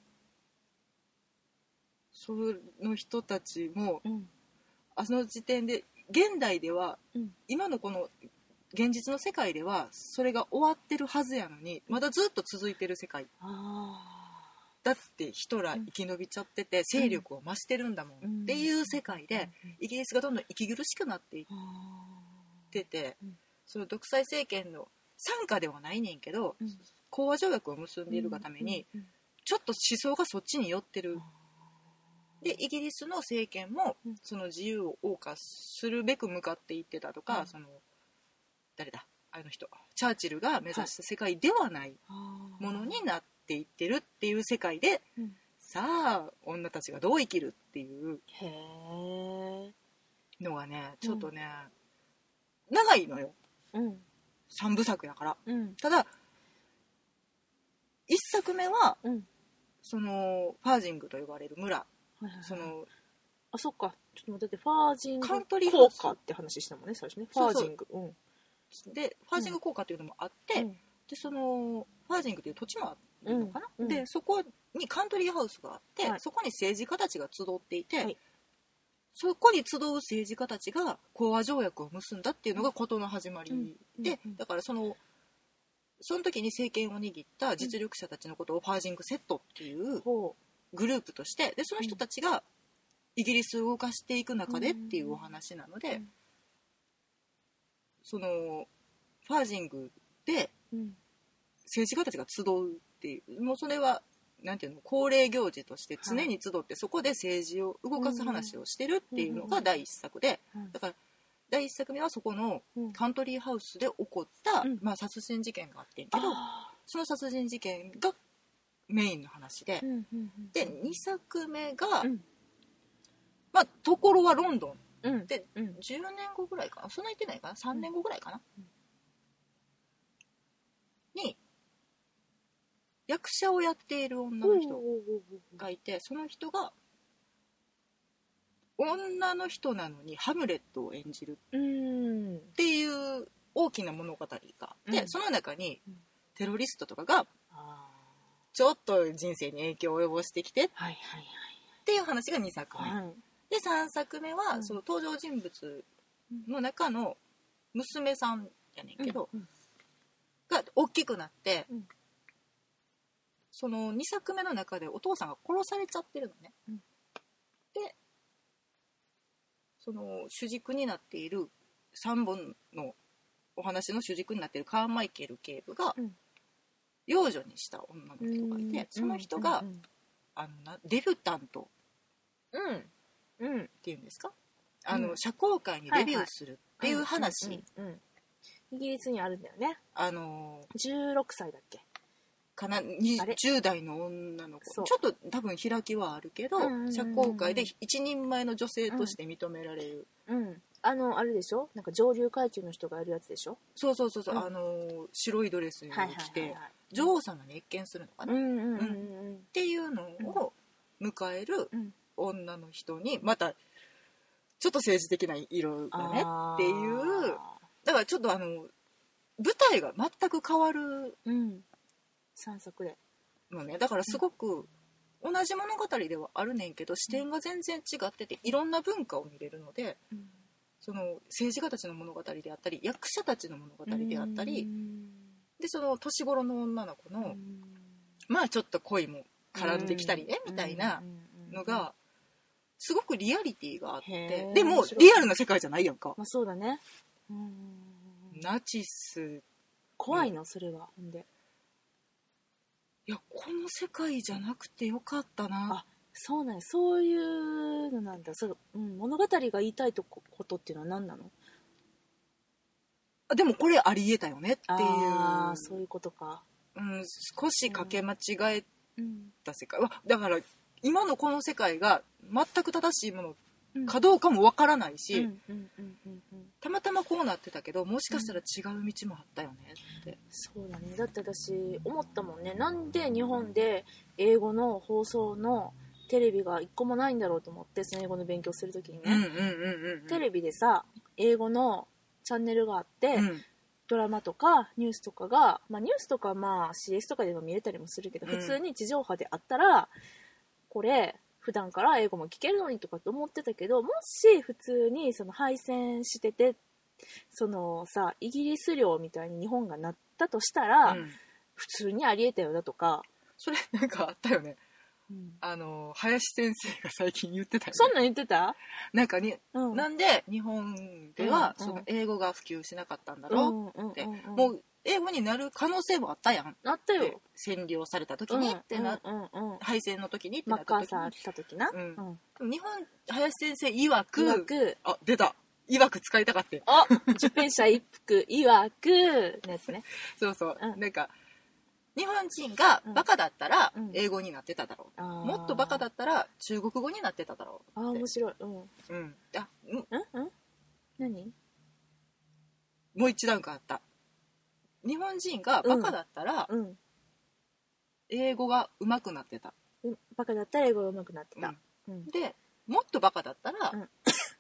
Speaker 2: その人たちも、うん、あの時点で現代では、うん、今のこの現実の世界ではそれが終わってるはずやのにまだずっと続いてる世界、うん、だってヒトラー生き延びちゃってて勢力を増してるんだもんっていう世界でイギリスがどんどん息苦しくなっていってて、その独裁政権の傘下ではないねんけど、講和条約を結んでいるがためにちょっと思想がそっちに寄ってる。でイギリスの政権もその自由を謳歌するべく向かっていってたとか、その誰だあの人チャーチルが目指した世界ではないものになっていってるっていう世界で、うん、さあ女たちがどう生きるっていうのがねちょっとね、うん、長いのよ、うん、さんぶさくやから、うん、ただいっさくめは、うん、そのファージングと呼ばれる村、その
Speaker 1: あそっかちょっと待ってファージング効果って話したもんね最初ねファージング
Speaker 2: そうそう、うん、でファージング効果っていうのもあって、うん、でそのファージングっていう土地もあるのかな、うん、でそこにカントリーハウスがあって、はい、そこに政治家たちが集っていて、はい、そこに集う政治家たちが講和条約を結んだっていうのが事の始まり、うん、でだからそのその時に政権を握った実力者たちのことをファージングセットっていうグループとしてでその人たちがイギリスを動かしていく中でっていうお話なので、うん、そのファージングで政治家たちが集うっていうもうそれはなんていうの恒例行事として常に集ってそこで政治を動かす話をしてるっていうのが第一作で、だから第一作目はそこのカントリーハウスで起こった、うんまあ、殺人事件があってんけどその殺人事件がメインの話で、うんうんうん、でにさくめが、うんまあ、ところはロンドン、うん、で、うん、じゅうねんごぐらいかなそんな言ってないかなさんねんごぐらいかな、うん、に役者をやっている女の人がいてその人が女の人なのにハムレットを演じるっていう大きな物語があって、うん、その中にテロリストとかがちょっと人生に影響を及ぼしてきてっていう話がにさくめ、はい、でさんさくめはその登場人物の中の娘さんやねんけど、うんうん、が大きくなって、うん、そのにさくめの中でお父さんが殺されちゃってるのね、うん、でその主軸になっているさんぼんのお話の主軸になっているカーマイケル警部が養女にした女の人がいて、うん、その人が、うん、あのなデビュタント、うんうん、っていうんですかあの、うん、社交界にデビューするっていう話、
Speaker 1: イギリスにあるんだよね。
Speaker 2: あの
Speaker 1: じゅうろくさいだっけ
Speaker 2: かなにじゅう代の女の子ちょっと多分開きはあるけど、うんうん、社交界で一人前の女性として認められる、
Speaker 1: うんうん、あのあれでしょなんか上流階級の人がやるやつでしょ
Speaker 2: そうそうそうそう、うん、あの白いドレスに着て女王様に謁見するのかな、うんうんうんうん、っていうのを迎える女の人にまたちょっと政治的な色がねっていうだからちょっとあの舞台が全く変わる、
Speaker 1: うん、さんさくで
Speaker 2: のねだからすごく同じ物語ではあるねんけど視点が全然違ってていろんな文化を見れるので、うん、その政治家たちの物語であったり役者たちの物語であったり、うん、でその年頃の女の子の、うん、まあちょっと恋も絡んできたりね、うん、みたいなのがすごくリアリティがあってでもリアルな世界じゃないやんか、
Speaker 1: まあ、そうだね、うん、
Speaker 2: ナチス
Speaker 1: 怖いのそれはほんで
Speaker 2: いやこの世界じゃなくてよかったな
Speaker 1: あそうなんやそういうのなんだそう、うん、物語が言いたいとことっていうのは何なの
Speaker 2: あでもこれありえたよねっていう
Speaker 1: あそういうことか、
Speaker 2: うん、少しかけ間違えた世界、うん、だから今のこの世界が全く正しいものかどうかもわからないし、たまたまこうなってたけどもしかしたら違う道もあったよねって、うん、
Speaker 1: そうだねだって私思ったもんねなんで日本で英語の放送のテレビが一個もないんだろうと思ってその英語の勉強するときにねテレビでさ英語のチャンネルがあって、うん、ドラマとかニュースとかが、まあ、ニュースとかまあ シーエス とかでも見れたりもするけど、うん、普通に地上波であったらこれ普段から英語も聞けるのにとかと思ってたけどもし普通にその敗戦しててそのさイギリス領みたいに日本がなったとしたら、うん、普通にありえたよなとか
Speaker 2: それなんかあったよね、うん、あの林先生が最近言ってたよね
Speaker 1: そんなん言ってた
Speaker 2: なんかに、うん、なんで日本では、うん、その英語が普及しなかったんだろうって、うんうんうんうん、もう英語になる可能性もあったやん
Speaker 1: あったよ
Speaker 2: 占領された時に、うん、ってな、うんうんうん、敗戦の時にってなった時に
Speaker 1: マッカーサー来た時な、うん
Speaker 2: うん、日本林先生曰く曰くあ出た曰く使いたかって
Speaker 1: あ受験者一服曰くのやつね
Speaker 2: そうそう、うん、なんか日本人がバカだったら英語になってただろう、うん、もっとバカだったら中国語になってただろう
Speaker 1: あ面白いうん
Speaker 2: うんあ
Speaker 1: うんうん何
Speaker 2: もう一段階あった日本人がバカだったら、うん、英語が上手くなってた、
Speaker 1: うん、バカだったら英語が上手くなってた、
Speaker 2: うん、でもっとバカだったら、うん、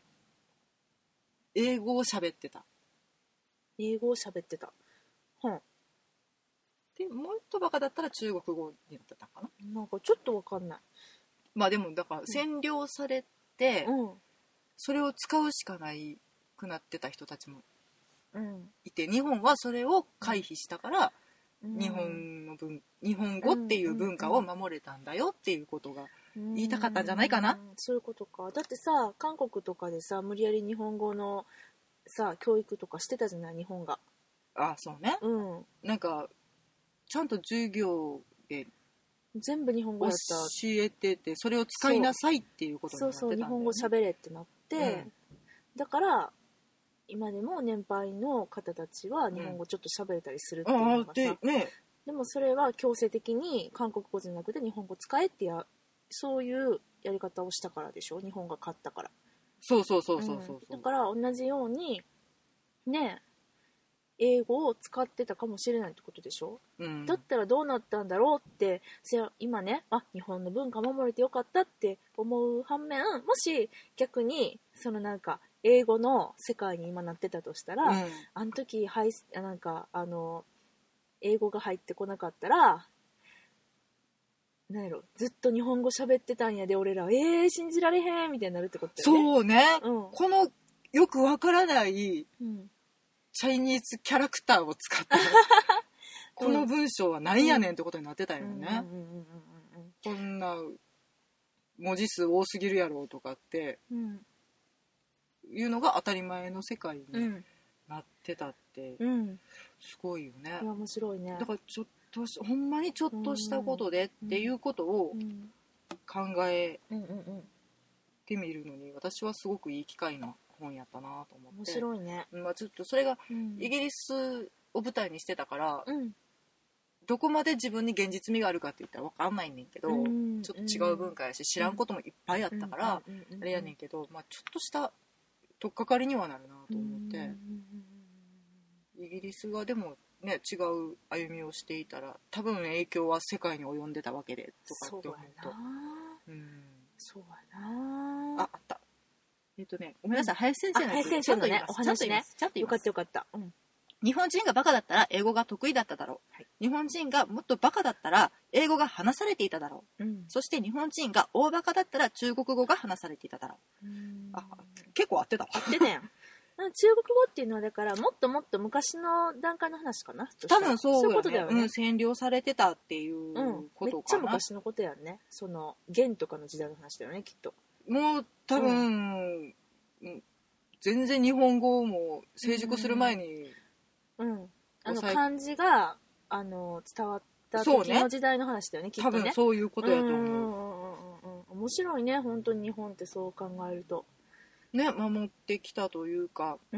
Speaker 2: 英語を喋ってた
Speaker 1: 英語を喋ってたはん
Speaker 2: でもっとバカだったら中国語になってたかな
Speaker 1: なんかちょっと分かんない
Speaker 2: まあでもだから占領されて、うん、それを使うしかないくなってた人たちもいて、うん、日本はそれを回避したから、うん、日本の文日本語っていう文化を守れたんだよっていうことが言いたかったんじゃないかな、
Speaker 1: うん、そういうことかだってさ韓国とかでさ無理やり日本語のさ教育とかしてたじゃない日本が
Speaker 2: あそうね、うん、なんかちゃんと授業で
Speaker 1: 全部日本語だった
Speaker 2: 教えててそれを使いなさいっていうことになってたんだよね
Speaker 1: そうそう日本語喋れってなって、うん、だから今でも年配の方たちは日本語ちょっと喋れたりするっていうのがさ、うんで, ね、でもそれは強制的に韓国語じゃなくて日本語使えってやそういうやり方をしたからでしょ日本が勝ったから
Speaker 2: そうそうそうそうそう、
Speaker 1: うん、だから同じようにね英語を使ってたかもしれないってことでしょ、うん、だったらどうなったんだろうって今ねあ日本の文化守れてよかったって思う反面もし逆にそのなんか英語の世界に今なってたとしたら、うん、あの時はいなんかあの英語が入ってこなかったらなんやろずっと日本語喋ってたんやで俺らえー信じられへんみたいになるってことだよ
Speaker 2: ねそうね、うん、このよくわからない、うんチャイニーズキャラクターを使ってこの文章は何やねんってことになってたよねこんな文字数多すぎるやろとかって、うん、いうのが当たり前の世界になってたって、うん、すごいよね
Speaker 1: いや面白いね
Speaker 2: だからちょっとほんまにちょっとしたことでっていうことを考えてみるのに私はすごくいい機会な本やったなと思って
Speaker 1: 面白いね、
Speaker 2: まあ、ちょっとそれがイギリスを舞台にしてたから、うん、 どこまで自分に現実味があるかって言ったら分かんないねんけど、うん、ちょっと違う文化やし知らんこともいっぱいあったから、うん、あれやねんけど、まあ、ちょっとした取っかかりにはなるなと思って、うん、イギリスがでもね違う歩みをしていたら多分影響は世界に及んでたわけでとかって思うと、うん、
Speaker 1: そうやな
Speaker 2: あ、あった。えっとね、ごめんなさい、林先生の
Speaker 1: 林先生のねお話ね、よかったよかった、うん、
Speaker 2: 日本人がバカだったら英語が得意だっただろう、はい、日本人がもっとバカだったら英語が話されていただろう、うん、そして日本人が大バカだったら中国語が話されていただろう、うん、あ、結構合ってたわ
Speaker 1: 合ってたやん中国語っていうのはだからもっともっと昔の段階の話かな、
Speaker 2: 多分そう、ね、そういうことだよね、うん、占領されてたっていうことかな、
Speaker 1: うん、めっちゃ昔のことやんね、その元とかの時代の話だよねきっと、
Speaker 2: もう多分、うん、全然日本語も成熟する前に、
Speaker 1: うん、うん、あの漢字があの伝わった時の時代の話だよね、きっとね、
Speaker 2: 多分そういうことやと思う、
Speaker 1: うんうんうんうん、面白いね本当に日本ってそう考えると
Speaker 2: ね、守ってきたというか、うん、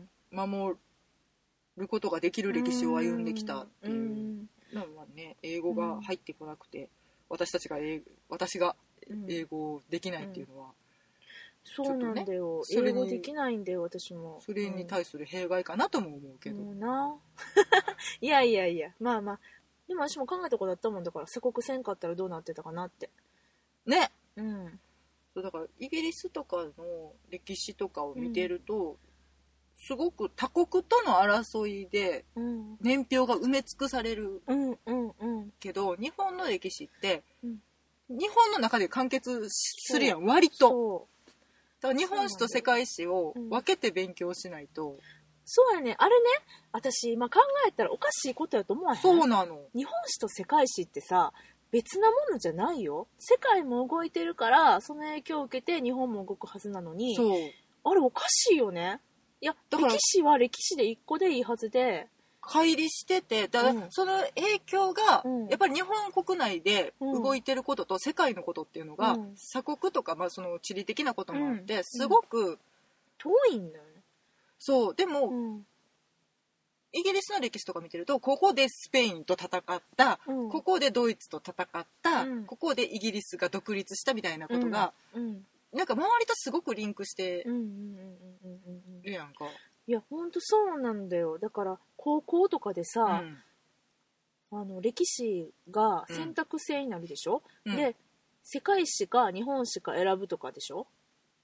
Speaker 2: まあ、守ることができる歴史を歩んできたっていう、うん、まあね、英語が入ってこなくて、うん、私たちが英私が英語できないっていうのは、
Speaker 1: うん、そうなんだよ、英語できないんだよ私も、
Speaker 2: それに対する弊害かなとも思うけど、
Speaker 1: うん、ないやいやいや、まあまあでも私も考えたことあったもんだから、鎖国せんかったらどうなってたかなって
Speaker 2: ね、
Speaker 1: うん、
Speaker 2: そうだからイギリスとかの歴史とかを見てると、うん、すごく他国との争いで年表が埋め尽くされる、
Speaker 1: うんうんうん、
Speaker 2: けど日本の歴史って、うん、日本の中で完結するやん割と、だから日本史と世界史を分けて勉強しないと、うん、
Speaker 1: そうやね、あれね、私今考えたらおかしいことやと思わへん。
Speaker 2: そうなの。
Speaker 1: 日本史と世界史ってさ別なものじゃないよ。世界も動いてるからその影響を受けて日本も動くはずなのに、
Speaker 2: そう
Speaker 1: あれおかしいよね。いやだから歴史は歴史で一個でいいはずで
Speaker 2: 乖離してて、だから、うん、その影響が、うん、やっぱり日本国内で動いてることと世界のことっていうのが、うん、鎖国とか、まあ、その地理的なこともあって、うん、すごく、
Speaker 1: 遠いんだよね。
Speaker 2: そうでも、イギリスの歴史とか見てるとここでスペインと戦った、ここでドイツと戦った、ここでイギリスが独立したみたいなことが、なんか周りとすごくリンクしてるやんか。
Speaker 1: いやほんとそうなんだよ。だから高校とかでさ、うん、あの歴史が選択制になるでしょ、うん、で世界史か日本史か選ぶとかでしょ。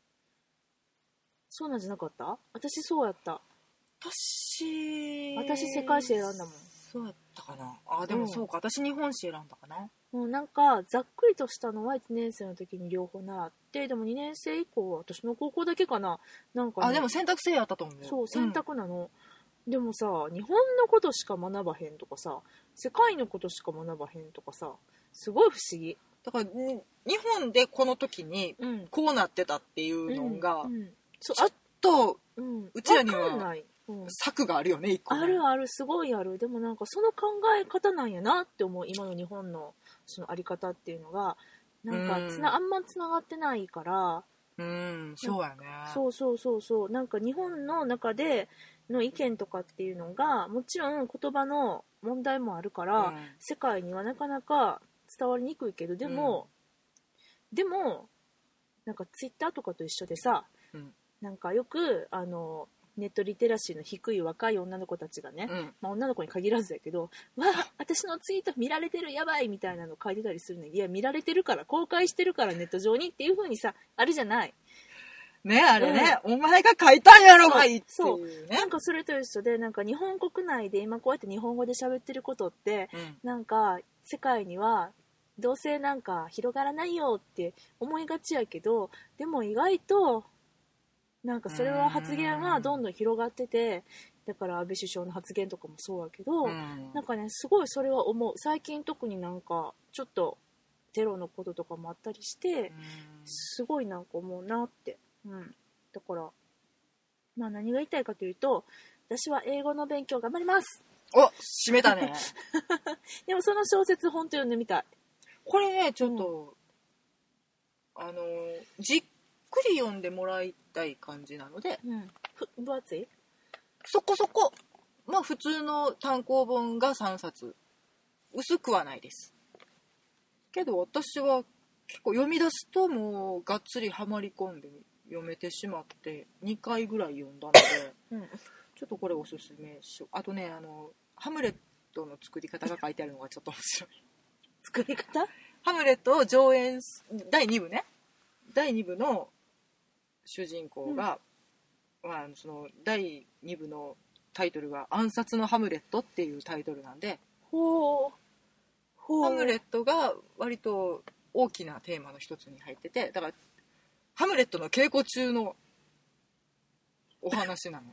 Speaker 1: そうなんじゃなかった？私そうやった。
Speaker 2: 私
Speaker 1: 私世界史選んだもん。
Speaker 2: そうやったかなあ。でもそうか、うん、私日本史選んだかな。
Speaker 1: もうなんかざっくりとしたのはいちねん生の時に両方習って、でもにねん生以降は私の高校だけかな、なんか、ね、
Speaker 2: あでも選択制やったと思う。
Speaker 1: そう選択なの、うん、でもさ日本のことしか学ばへんとかさ世界のことしか学ばへんとかさすごい不思議
Speaker 2: だから、ね、日本でこの時にこうなってたっていうのが、うんうんうん、ちょっと、うん、うちらにはうん、策があるよね、一個ね。
Speaker 1: あるある、すごいある。でもなんかその考え方なんやなって思う。今の日本のそのあり方っていうのがなんかつな、うん、あんまつながってないから。
Speaker 2: うん、そうやね。
Speaker 1: そうそうそうそう。なんか日本の中での意見とかっていうのがもちろん言葉の問題もあるから、うん、世界にはなかなか伝わりにくいけど、でも、うん、でもなんかツイッターとかと一緒でさ、うん、なんかよくあのネットリテラシーの低い若い女の子たちがね、うんまあ、女の子に限らずだけど、わあ私のツイート見られてるやばいみたいなの書いてたりするのに、いや見られてるから公開してるからネット上にっていう風にさあるじゃない
Speaker 2: ね。あれね、うん、お前が書いたんやろがいいっていうね。
Speaker 1: そうなんかそれと一緒で、なんか日本国内で今こうやって日本語で喋ってることって、うん、なんか世界にはどうせなんか広がらないよって思いがちやけど、でも意外となんかそれは発言はどんどん広がってて、だから安倍首相の発言とかもそうだけど、うん、なんかねすごいそれは思う。最近特になんかちょっとテロのこととかもあったりして、すごいなんか思うなって、うん、だからまあ何が言いたいかというと、私は英語の勉強頑張ります。
Speaker 2: お、締めたね。
Speaker 1: でもその小説本当読んでみたい。
Speaker 2: これねちょっと、うん、あのじっくり読んでもらいたい感じなので、
Speaker 1: うん、分厚い？
Speaker 2: そこそこ、まあ普通の単行本がさんさつ薄くはないです。けど私は結構読み出すともうがっつりハマり込んで読めてしまってにかいぐらい読んだので、うん、ちょっとこれおすすめしよう。あとね、あのハムレットの作り方が書いてあるのがちょっと面白い。
Speaker 1: 作り方？
Speaker 2: ハムレットを上演だいに部ね、だいに部の主人公が、うん、まあ、そのだいに部のタイトルが暗殺のハムレットっていうタイトルなんで、
Speaker 1: ほうほう、
Speaker 2: ハムレットが割と大きなテーマの一つに入ってて、だからハムレットの稽古中のお話なの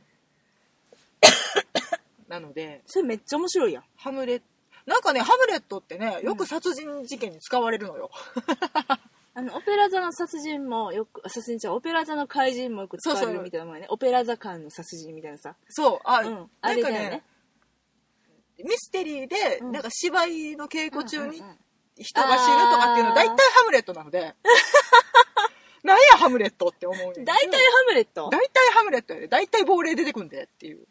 Speaker 2: なので、
Speaker 1: それめっちゃ面白いやん。
Speaker 2: ハムレなんかね、ハムレットってね、よく殺人事件に使われるのよ、
Speaker 1: うん、あのオペラ座の殺人もよく、殺人じゃオペラ座の怪人もよく使われるみたいなもんね。オペラ座間の殺人みたいなさ。
Speaker 2: そう、あ、
Speaker 1: うん、あれだよね。
Speaker 2: ミステリーで、うん、なんか芝居の稽古中に人が死ぬとかっていうの大体ハムレットなのでなんやハムレットって思う。
Speaker 1: 大体ハムレット
Speaker 2: 大体ハムレットやで、大体亡霊出てくんでっていう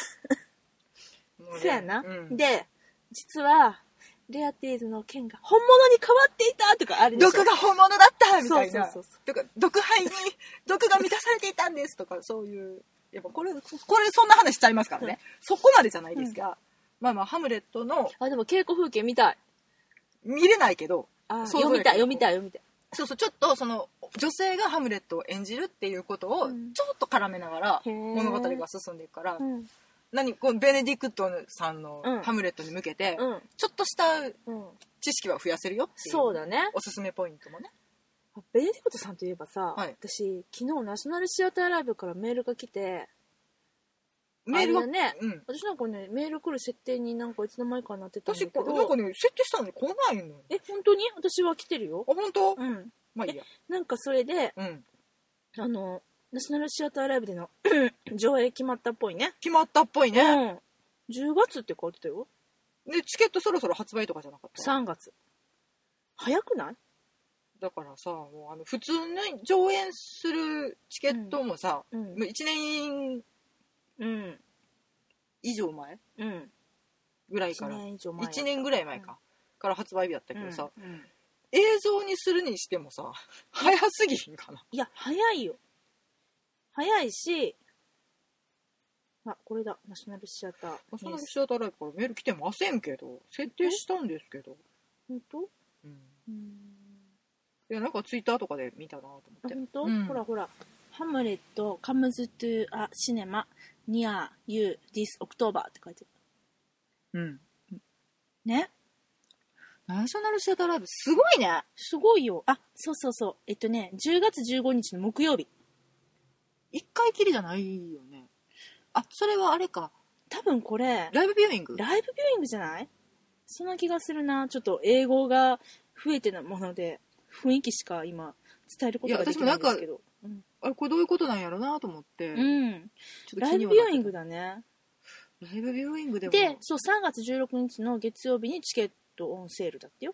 Speaker 1: そうやな、うん、で実はレアティーズの剣が本物に変わっていたとかあるでしょ。
Speaker 2: 毒が本物だったみたいな。
Speaker 1: そうそうそうそう。
Speaker 2: とか毒肺に毒が満たされていたんですとか、そういうやっぱこれこれそんな話しちゃいますからね、うん、そこまでじゃないですが、うん、まあまあハムレットの
Speaker 1: あでも稽古風景見たい。
Speaker 2: 見れないけど、
Speaker 1: あ読みたい読みたい読みたい。
Speaker 2: そうそう、ちょっとその女性がハムレットを演じるっていうことをちょっと絡めながら物語が進んでいくから、うん、何このベネディクトさんのハムレットに向けて、うん、ちょっとした知識は増やせるよっていう、そうだね、おすすめポイントもね。
Speaker 1: ベネディクトさんといえばさ、はい、私昨日ナショナルシアターライブからメールが来て、メールがね、うん、私なんかねメール来る設定になんかいつの間にかなってたんだけど、
Speaker 2: 私なんかね設定したのに来ないの。
Speaker 1: え本当に？私は来てるよ。
Speaker 2: あ本当？
Speaker 1: うん。
Speaker 2: まあいいや。
Speaker 1: なんかそれで、うん、あのナショナルシアターライブでの上映決まったっぽいね。
Speaker 2: 決まったっぽいね。
Speaker 1: うん。じゅうがつって書いてたよ。
Speaker 2: でチケットそろそろ発売とかじゃなかった？
Speaker 1: さんがつ。早くない？
Speaker 2: だからさ、もうあの普通に上演するチケットもさ、うん、もういちねん。うん以上前、うん、ぐらいからいちねん以上前いちねんぐらい前か、うん、から発売日だったけどさ、うんうん、映像にするにしてもさ早すぎひんかな。
Speaker 1: いや早いよ、早いし、あこれだナショナルシアター
Speaker 2: ナショナルシアターライブからメール来てませんけど、設定したんですけど。
Speaker 1: 本当？うん、
Speaker 2: うんいやなんかツイッターとかで見たなと思って。
Speaker 1: 本当、うん、ほらほらハムレットカムズトゥアシネマNear You This October って書いて
Speaker 2: る。うん。
Speaker 1: ね。
Speaker 2: ナショナルシアターライブすごいね。
Speaker 1: すごいよ。あ、そうそうそう。えっとね、じゅうがつじゅうごにちの木曜日。
Speaker 2: 一回きりじゃないよね。あ、それはあれか。
Speaker 1: 多分これ。
Speaker 2: ライブビューイング？
Speaker 1: ライブビューイングじゃない？そんな気がするな。ちょっと英語が増えてるもので、雰囲気しか今伝えることができないんですけど。うん、
Speaker 2: あれこれどういうことなんやろなと思って、
Speaker 1: うん、ライブビューイングだね。
Speaker 2: ライブビューイングでも
Speaker 1: で、そうさんがつじゅうろくにちの月曜日にチケットオンセールだってよ。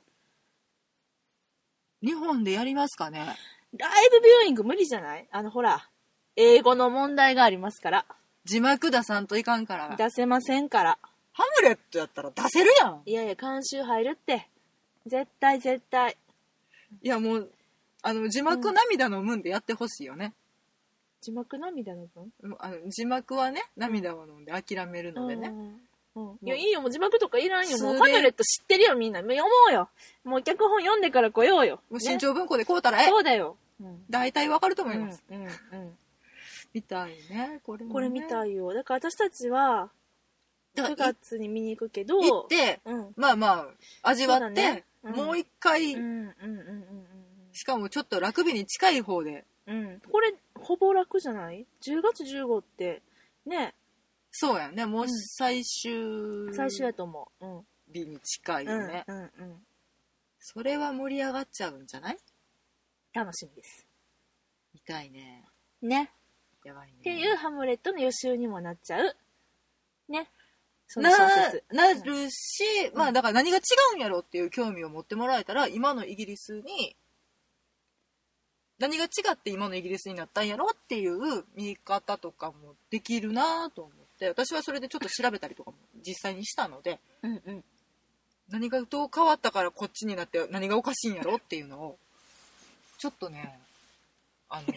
Speaker 2: 日本でやりますかね。
Speaker 1: ライブビューイング無理じゃない？あのほら英語の問題がありますから。
Speaker 2: 字幕出さんといかんから。
Speaker 1: 出せませんから。
Speaker 2: ハムレットやったら出せるやん。
Speaker 1: いやいや監修入るって絶対絶対。
Speaker 2: いやもうあの字幕涙の分でやってほしいよね、うん、
Speaker 1: 字幕涙の分？
Speaker 2: あの字幕はね涙を飲んで諦めるのでね、
Speaker 1: うんうん、いやいいよもう字幕とかいらんよ。もうハムレット知ってるよみんな。読もうよ。もう脚本読んでから来ようよ。
Speaker 2: もう新潮文庫で買うたらええ。
Speaker 1: そうだよ、
Speaker 2: うん、大体わかると思います、
Speaker 1: うんうんうん、
Speaker 2: 見たいねこれもね。
Speaker 1: これ見たいよ。だから私たちはくがつに見に行くけど
Speaker 2: 行って、うん、まあまあ味わって、ねうん、もう一回、うんうんうんうん、しかもちょっと楽日に近い方で、
Speaker 1: うん、これほぼ楽じゃない？じゅうがつじゅうごってね。
Speaker 2: そうやね、もう最終、
Speaker 1: うん、最終やと思う、うん、
Speaker 2: 日に近いよね、
Speaker 1: うんうんうん、
Speaker 2: それは盛り上がっちゃうんじゃない？
Speaker 1: 楽しみです。
Speaker 2: 見たいね。
Speaker 1: ね。
Speaker 2: やばいね。
Speaker 1: っていうハムレットの予習にもなっちゃうね。
Speaker 2: その小説 な, なるし、うん、まあだから何が違うんやろっていう興味を持ってもらえたら、今のイギリスに何が違って今のイギリスになったんやろっていう見方とかもできるなと思って、私はそれでちょっと調べたりとかも実際にしたので、
Speaker 1: うんうん、
Speaker 2: 何がどう変わったからこっちになって何がおかしいんやろっていうのをちょっとねあの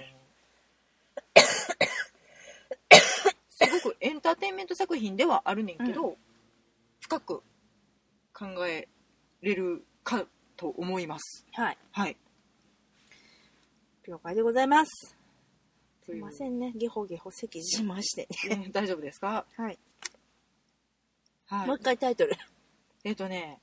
Speaker 2: すごくエンターテインメント作品ではあるねんけど、うん、深く考えれるかと思います。
Speaker 1: はい、
Speaker 2: はい、
Speaker 1: 了解でございます。すいませんね、ゲホゲホ席しましてね、
Speaker 2: ね、大丈夫ですか？
Speaker 1: はい、
Speaker 2: はい、
Speaker 1: もう一回タイトル
Speaker 2: えっとね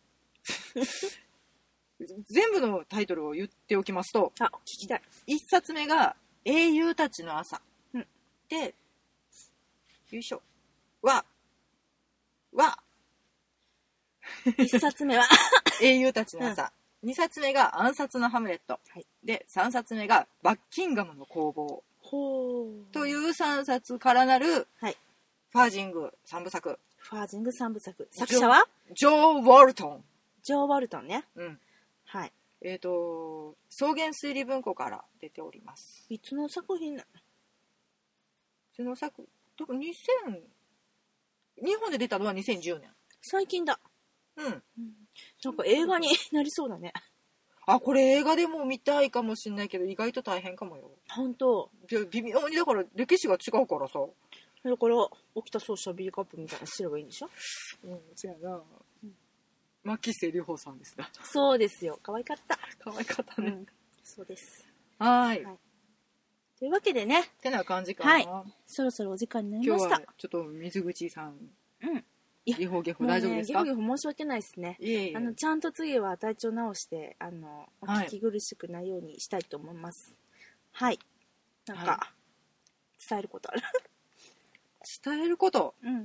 Speaker 2: 全部のタイトルを言っておきますと、
Speaker 1: あ、聞きたい。
Speaker 2: 一冊目が英雄たちの朝、
Speaker 1: うん、
Speaker 2: でよいしょはは
Speaker 1: 一冊目は
Speaker 2: 英雄たちの朝、うん、二冊目が暗殺のハムレット、はい、で三冊目がバッキンガムの工房という三冊からなる、はい、ファージング三部作。
Speaker 1: ファージング三部作、作者は
Speaker 2: ジョー・ウォルトン。
Speaker 1: ジョー・ウォルトンね。
Speaker 2: うん。
Speaker 1: はい。
Speaker 2: えっ、ー、と草原推理文庫から出ております。
Speaker 1: いつの作品なの？
Speaker 2: その作多分にせん日本で出たのはにせんじゅうねん。
Speaker 1: 最近だ。
Speaker 2: うん。うん、
Speaker 1: なんか映画になりそうだね。
Speaker 2: あ、これ映画でも見たいかもしれないけど意外と大変かもよ。
Speaker 1: 本当。
Speaker 2: 微妙にだから歴史が違うからさ。
Speaker 1: だから沖田総司ビリカップみたいなすればいいんでしょ。
Speaker 2: うん、違うな。うん、牧瀬里穂さんですが。
Speaker 1: そうですよ。可愛かった。
Speaker 2: 可愛かったね。うん、
Speaker 1: そうです。
Speaker 2: はい。はい。
Speaker 1: というわけでね。
Speaker 2: てな感じかな。はい。
Speaker 1: そろそろお時間になりました。
Speaker 2: 今日はちょっと水口さん。
Speaker 1: うん。
Speaker 2: ゲホゲホ大丈夫ですか？
Speaker 1: ゲホゲホ申し訳ないですね。
Speaker 2: いえいえ、
Speaker 1: あのちゃんと次は体調直してあのお聞き苦しくないようにしたいと思います。はい。なんか、はい、伝えることある？
Speaker 2: 伝えること。
Speaker 1: うん。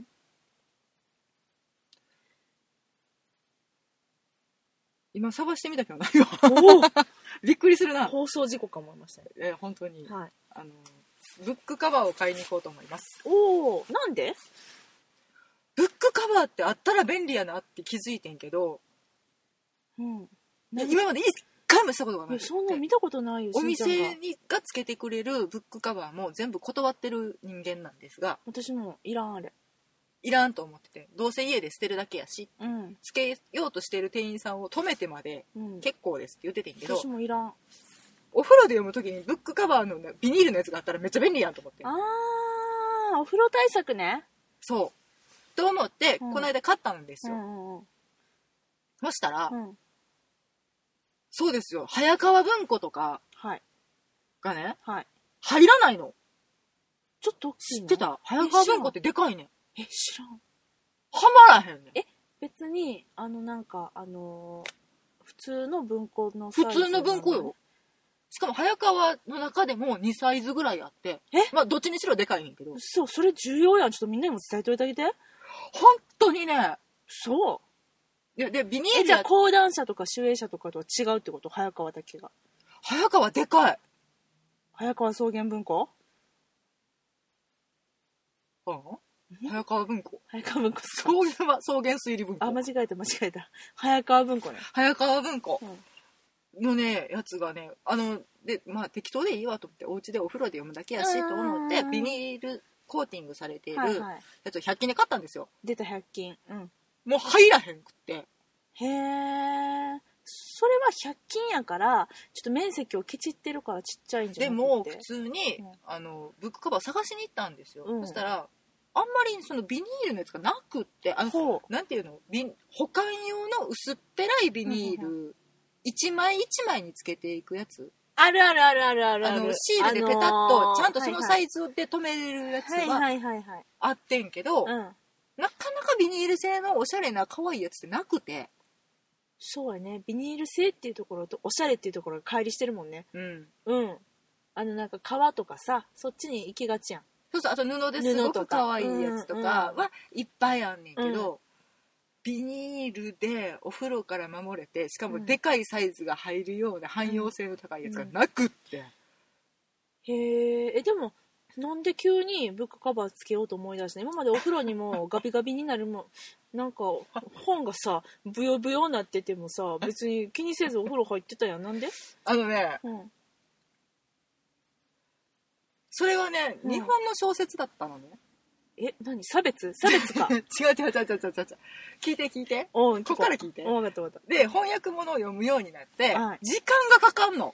Speaker 2: 今探してみたけどないわ。びっくりするな。
Speaker 1: 放送事故かも思いましたね。
Speaker 2: えー、本当に。
Speaker 1: はい。
Speaker 2: あのブックカバーを買いに行こうと思います。
Speaker 1: おお、なんで？
Speaker 2: ブックカバーってあったら便利やなって気づいてんけど、
Speaker 1: うん、
Speaker 2: 今まで一回もしたことがない。
Speaker 1: そんな見たことないよ。
Speaker 2: お店にがつけてくれるブックカバーも全部断ってる人間なんですが、
Speaker 1: 私もいらんあれ。
Speaker 2: いらんと思ってて、どうせ家で捨てるだけやし、
Speaker 1: うん、
Speaker 2: つけようとしてる店員さんを止めてまで、うん、結構ですって言っててんけど、
Speaker 1: 私もいらん。
Speaker 2: お風呂で読むときにブックカバーのビニールのやつがあったらめっちゃ便利やんと思って。
Speaker 1: あー、お風呂対策ね。
Speaker 2: そうと思って、うん、この間買ったんですよ。
Speaker 1: うんうんうん、
Speaker 2: そしたら、
Speaker 1: うん、
Speaker 2: そうですよ、早川文庫とかがね、
Speaker 1: はい、
Speaker 2: 入らないの。
Speaker 1: ちょっと大きいの？
Speaker 2: 知ってた？早川文庫ってでかいねん。
Speaker 1: え、知らん。
Speaker 2: はまらへんねん。
Speaker 1: え、別にあのなんかあのー、普通の文庫のサイズ、ね、
Speaker 2: 普通の文庫よ。しかも早川の中でもにサイズぐらいあって、え、まあどっちにしろでかいねんけど。
Speaker 1: そう、それ重要やん。ちょっとみんなにも伝えといてあげて。
Speaker 2: 本当にね。
Speaker 1: そう。
Speaker 2: いやでビニール。
Speaker 1: じゃあ講談社とか集英社とかとは違うってこと？早川だけが。
Speaker 2: 早川でかい。
Speaker 1: 早川草原文庫？
Speaker 2: ああ、早川文庫。
Speaker 1: 早川文庫。
Speaker 2: 草原は草原推理文庫。
Speaker 1: あ、間違えた間違えた。早川文庫ね。
Speaker 2: 早川文庫のね、やつがね、あのでまあ適当でいいわと思って、お家でお風呂で読むだけやしと思ってビニールコーティングされているやつをひゃく均で買ったんですよ。
Speaker 1: 出たひゃく均。うん。
Speaker 2: もう入らへんくって。
Speaker 1: へー。それはひゃく均やからちょっと面積をケチってるからちっちゃいんじゃなくて。
Speaker 2: でも普通に、うん、あのブックカバー探しに行ったんですよ。うん、そしたらあんまりそのビニールのやつがなくって、あのなんていうの、保管用の薄っぺらいビニール、うんうんうん、いちまいいちまいにつけていくやつ。
Speaker 1: あるあるあるあるあるある。
Speaker 2: あのシールでペタッとちゃんとそのサイズで留めれるやつはあってんけど、なかなかビニール製のおしゃれな可愛いやつってなくて。
Speaker 1: そうやね、ビニール製っていうところとおしゃれっていうところが乖離してるもんね。
Speaker 2: うん
Speaker 1: うん。あのなんか革とかさ、そっちに行きがちやん。
Speaker 2: そうそう、あと布ですごく可愛いやつとかはいっぱいあんねんけど、うん、ビニールでお風呂から守れて、しかもでかいサイズが入るような汎用性の高いやつがなくって、うんうん、
Speaker 1: へえ。え、でもなんで急にブックカバーつけようと思い出した？今までお風呂にもガビガビになるもなんか本がさブヨブヨになっててもさ別に気にせずお風呂入ってたやん。なんで？
Speaker 2: あのね、
Speaker 1: うん、
Speaker 2: それはね、うん、日本の小説だったのね。
Speaker 1: え、何差別差別か。
Speaker 2: 違う違う違う違う違う違う。聞いて聞いて。
Speaker 1: おう、
Speaker 2: こっから聞いて。
Speaker 1: おう、分かった分かっ
Speaker 2: で、翻訳物を読むようになって、
Speaker 1: はい、
Speaker 2: 時間がかかんの。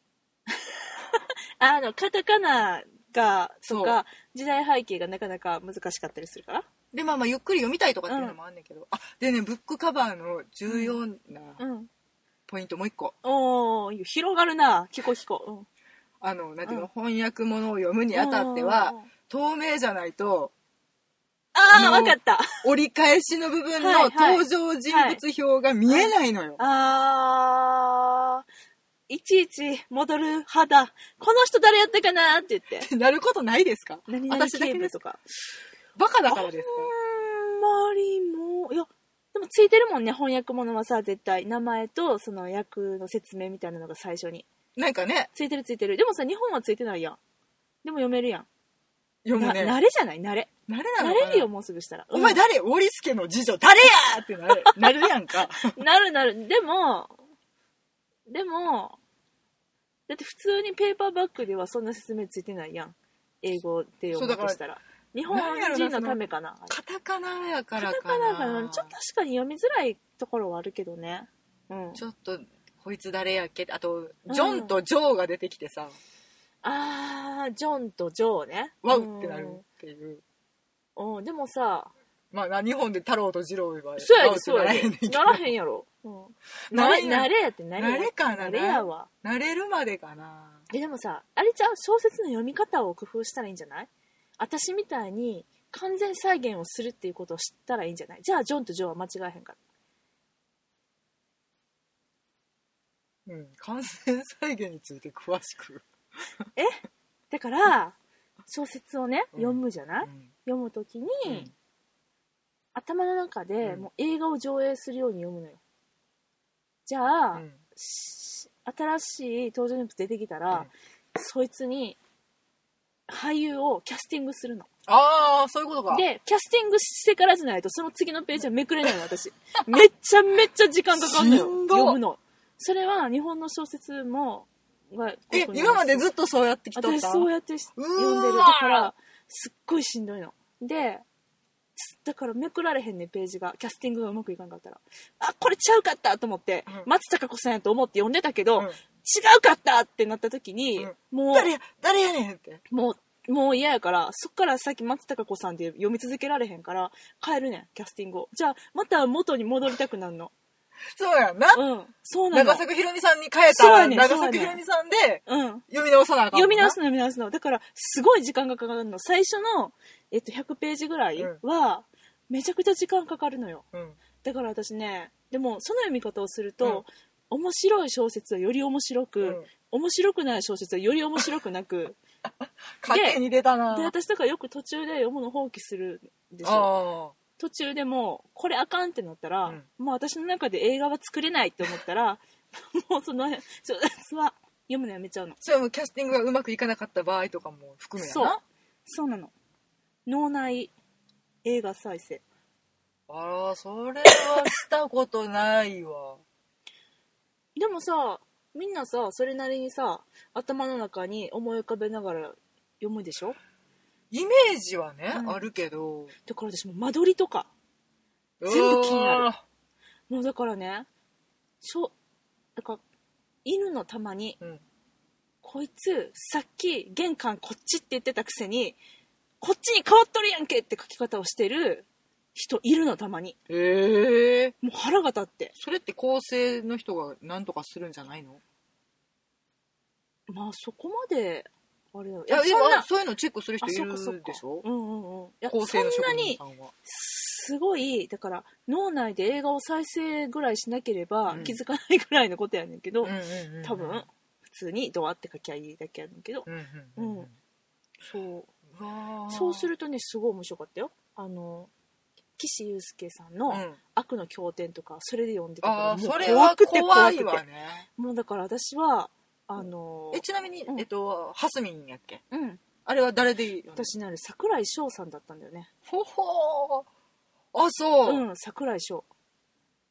Speaker 1: あの、カタカナが、とか、時代背景がなかなか難しかったりするから。
Speaker 2: で、まあまあ、ゆっくり読みたいとかっていうのもあんねんけど。うん、あ、でね、ブックカバーの重要なポイントもう一個。
Speaker 1: うん、おー、広がるな。聞こう聞こう。うん、
Speaker 2: あの、なんていうの、うん、翻訳物を読むにあたっては、透明じゃないと、
Speaker 1: ああ、わかった。
Speaker 2: 折り返しの部分の登場人物表が見えないのよ。
Speaker 1: はいはいはい、あー、いちいち戻る派だ。この人誰やったかなって言って。
Speaker 2: なることないですか？
Speaker 1: 何々警部とか。
Speaker 2: バカだからですか？
Speaker 1: あんまりもう、いや、でもついてるもんね、翻訳物はさ、絶対。名前とその役の説明みたいなのが最初に。
Speaker 2: なんかね。
Speaker 1: ついてるついてる。でもさ、日本はついてないやん。でも読めるやん。
Speaker 2: 読むね。
Speaker 1: 慣れじゃない慣れ。
Speaker 2: 慣れなのかな。
Speaker 1: 慣れるよ、もうすぐしたら。
Speaker 2: お前誰？ウォリスケの次女誰やってなる。なるやんか。
Speaker 1: なるなる。でも、でも、だって普通にペーパーバッグではそんな説明ついてないやん。英語で読むとしたら。日本人のためかな。
Speaker 2: カタカナやからかな。
Speaker 1: カタカナかな。ちょっと確かに読みづらいところはあるけどね。うん。
Speaker 2: ちょっと、こいつ誰やっけ？あと、ジョンとジョーが出てきてさ。うん、
Speaker 1: あー、ジョンとジョーね。
Speaker 2: ワウってなるっていう。
Speaker 1: うん、でもさ、
Speaker 2: まあ日本で太郎と次郎は
Speaker 1: そうやでそうやでならへんやろ。うん、なれなれやってなれ
Speaker 2: なれかな。
Speaker 1: なれやわ。
Speaker 2: なれるまでかな。
Speaker 1: えでもさ、あれちゃう小説の読み方を工夫したらいいんじゃない？私みたいに完全再現をするっていうことを知ったらいいんじゃない？じゃあジョンとジョーは間違えへんから。
Speaker 2: うん、完全再現について詳しく。
Speaker 1: えだから小説をね、うん、読むじゃない、うん、読むときに、うん、頭の中でもう映画を上映するように読むのよ。じゃあ、うん、新しい登場人物出てきたら、うん、そいつに俳優をキャスティングするの。
Speaker 2: ああ、そういうことか。
Speaker 1: で、キャスティングしてからじゃないとその次のページはめくれないの私。めちゃめちゃ時間かかるのよ。読むの。それは日本の小説も
Speaker 2: え、今までずっとそうやってきたんだ。
Speaker 1: 私そうやって読んでる。だからすっごいしんどいの。で、だからめくられへんねページが。キャスティングがうまくいかんかったら、あ、これちゃうかったと思って、うん、松たか子さんやと思って読んでたけど、うん、違うかったってなった時に、うん、もう
Speaker 2: 誰や誰やねんって
Speaker 1: もうもう嫌やから、そっから先松たか子さんで読み続けられへんから変えるねんキャスティングを。じゃあまた元に戻りたくなるの。
Speaker 2: そうやんな。
Speaker 1: うん。そうなの。
Speaker 2: 長作ひろみさんに変えたら、ね、長作ひろみさんで、うん。読み直さなあかん。
Speaker 1: 読み直すの読み直すの。だから、すごい時間がかかるの。最初の、えっと、ひゃくページぐらいは、めちゃくちゃ時間かかるのよ。うん。だから私ね、でも、その読み方をすると、うん、面白い小説はより面白く、うん、面白くない小説はより面白くなく、
Speaker 2: 勝手に出たな。
Speaker 1: で、私だからよく途中で読むの放棄するでしょ。途中でもこれあかんってなったら、うん、もう私の中で映画は作れないって思ったらもうその小説は読むのやめちゃうの。
Speaker 2: それはもうキャスティングがうまくいかなかった場合とかも含めやな。
Speaker 1: そうそうなの。脳内映画再生。
Speaker 2: あら、それはしたことないわ。
Speaker 1: でもさ、みんなさそれなりにさ頭の中に思い浮かべながら読むでしょ。
Speaker 2: イメージはね、うん、あるけど。
Speaker 1: だから私も間取りとか全部気になる。もうだからね、しょだから犬のたまに、うん、こいつさっき玄関こっちって言ってたくせにこっちに変わっとるやんけって書き方をしてる人いるのたまに。
Speaker 2: へえ。
Speaker 1: もう腹が立って。
Speaker 2: それって構成の人が何とかするんじゃないの？
Speaker 1: まあそこまで。あれい
Speaker 2: や、そんなそういうのチェックする人いるでしょ。
Speaker 1: うんうんうん。いや、
Speaker 2: 構成の職人さんは
Speaker 1: そんなにすごいだから脳内で映画を再生ぐらいしなければ気づかないぐらいのことやねんけど、うん、多分普通にドアって書きゃいいだけやねんけど、うん、うん、そうそうするとねすごい面白かったよ。あの岸優介さんの悪の経典とかそれで読んでたから、
Speaker 2: もう怖くて怖いわね。
Speaker 1: もうだから私はあのー、
Speaker 2: えちなみに、うん、えっとハスミンやっけ、
Speaker 1: うん、
Speaker 2: あれは誰でいい？
Speaker 1: 私ね桜井翔さんだったんだよね。
Speaker 2: ほほー、あそう、
Speaker 1: うん、桜井翔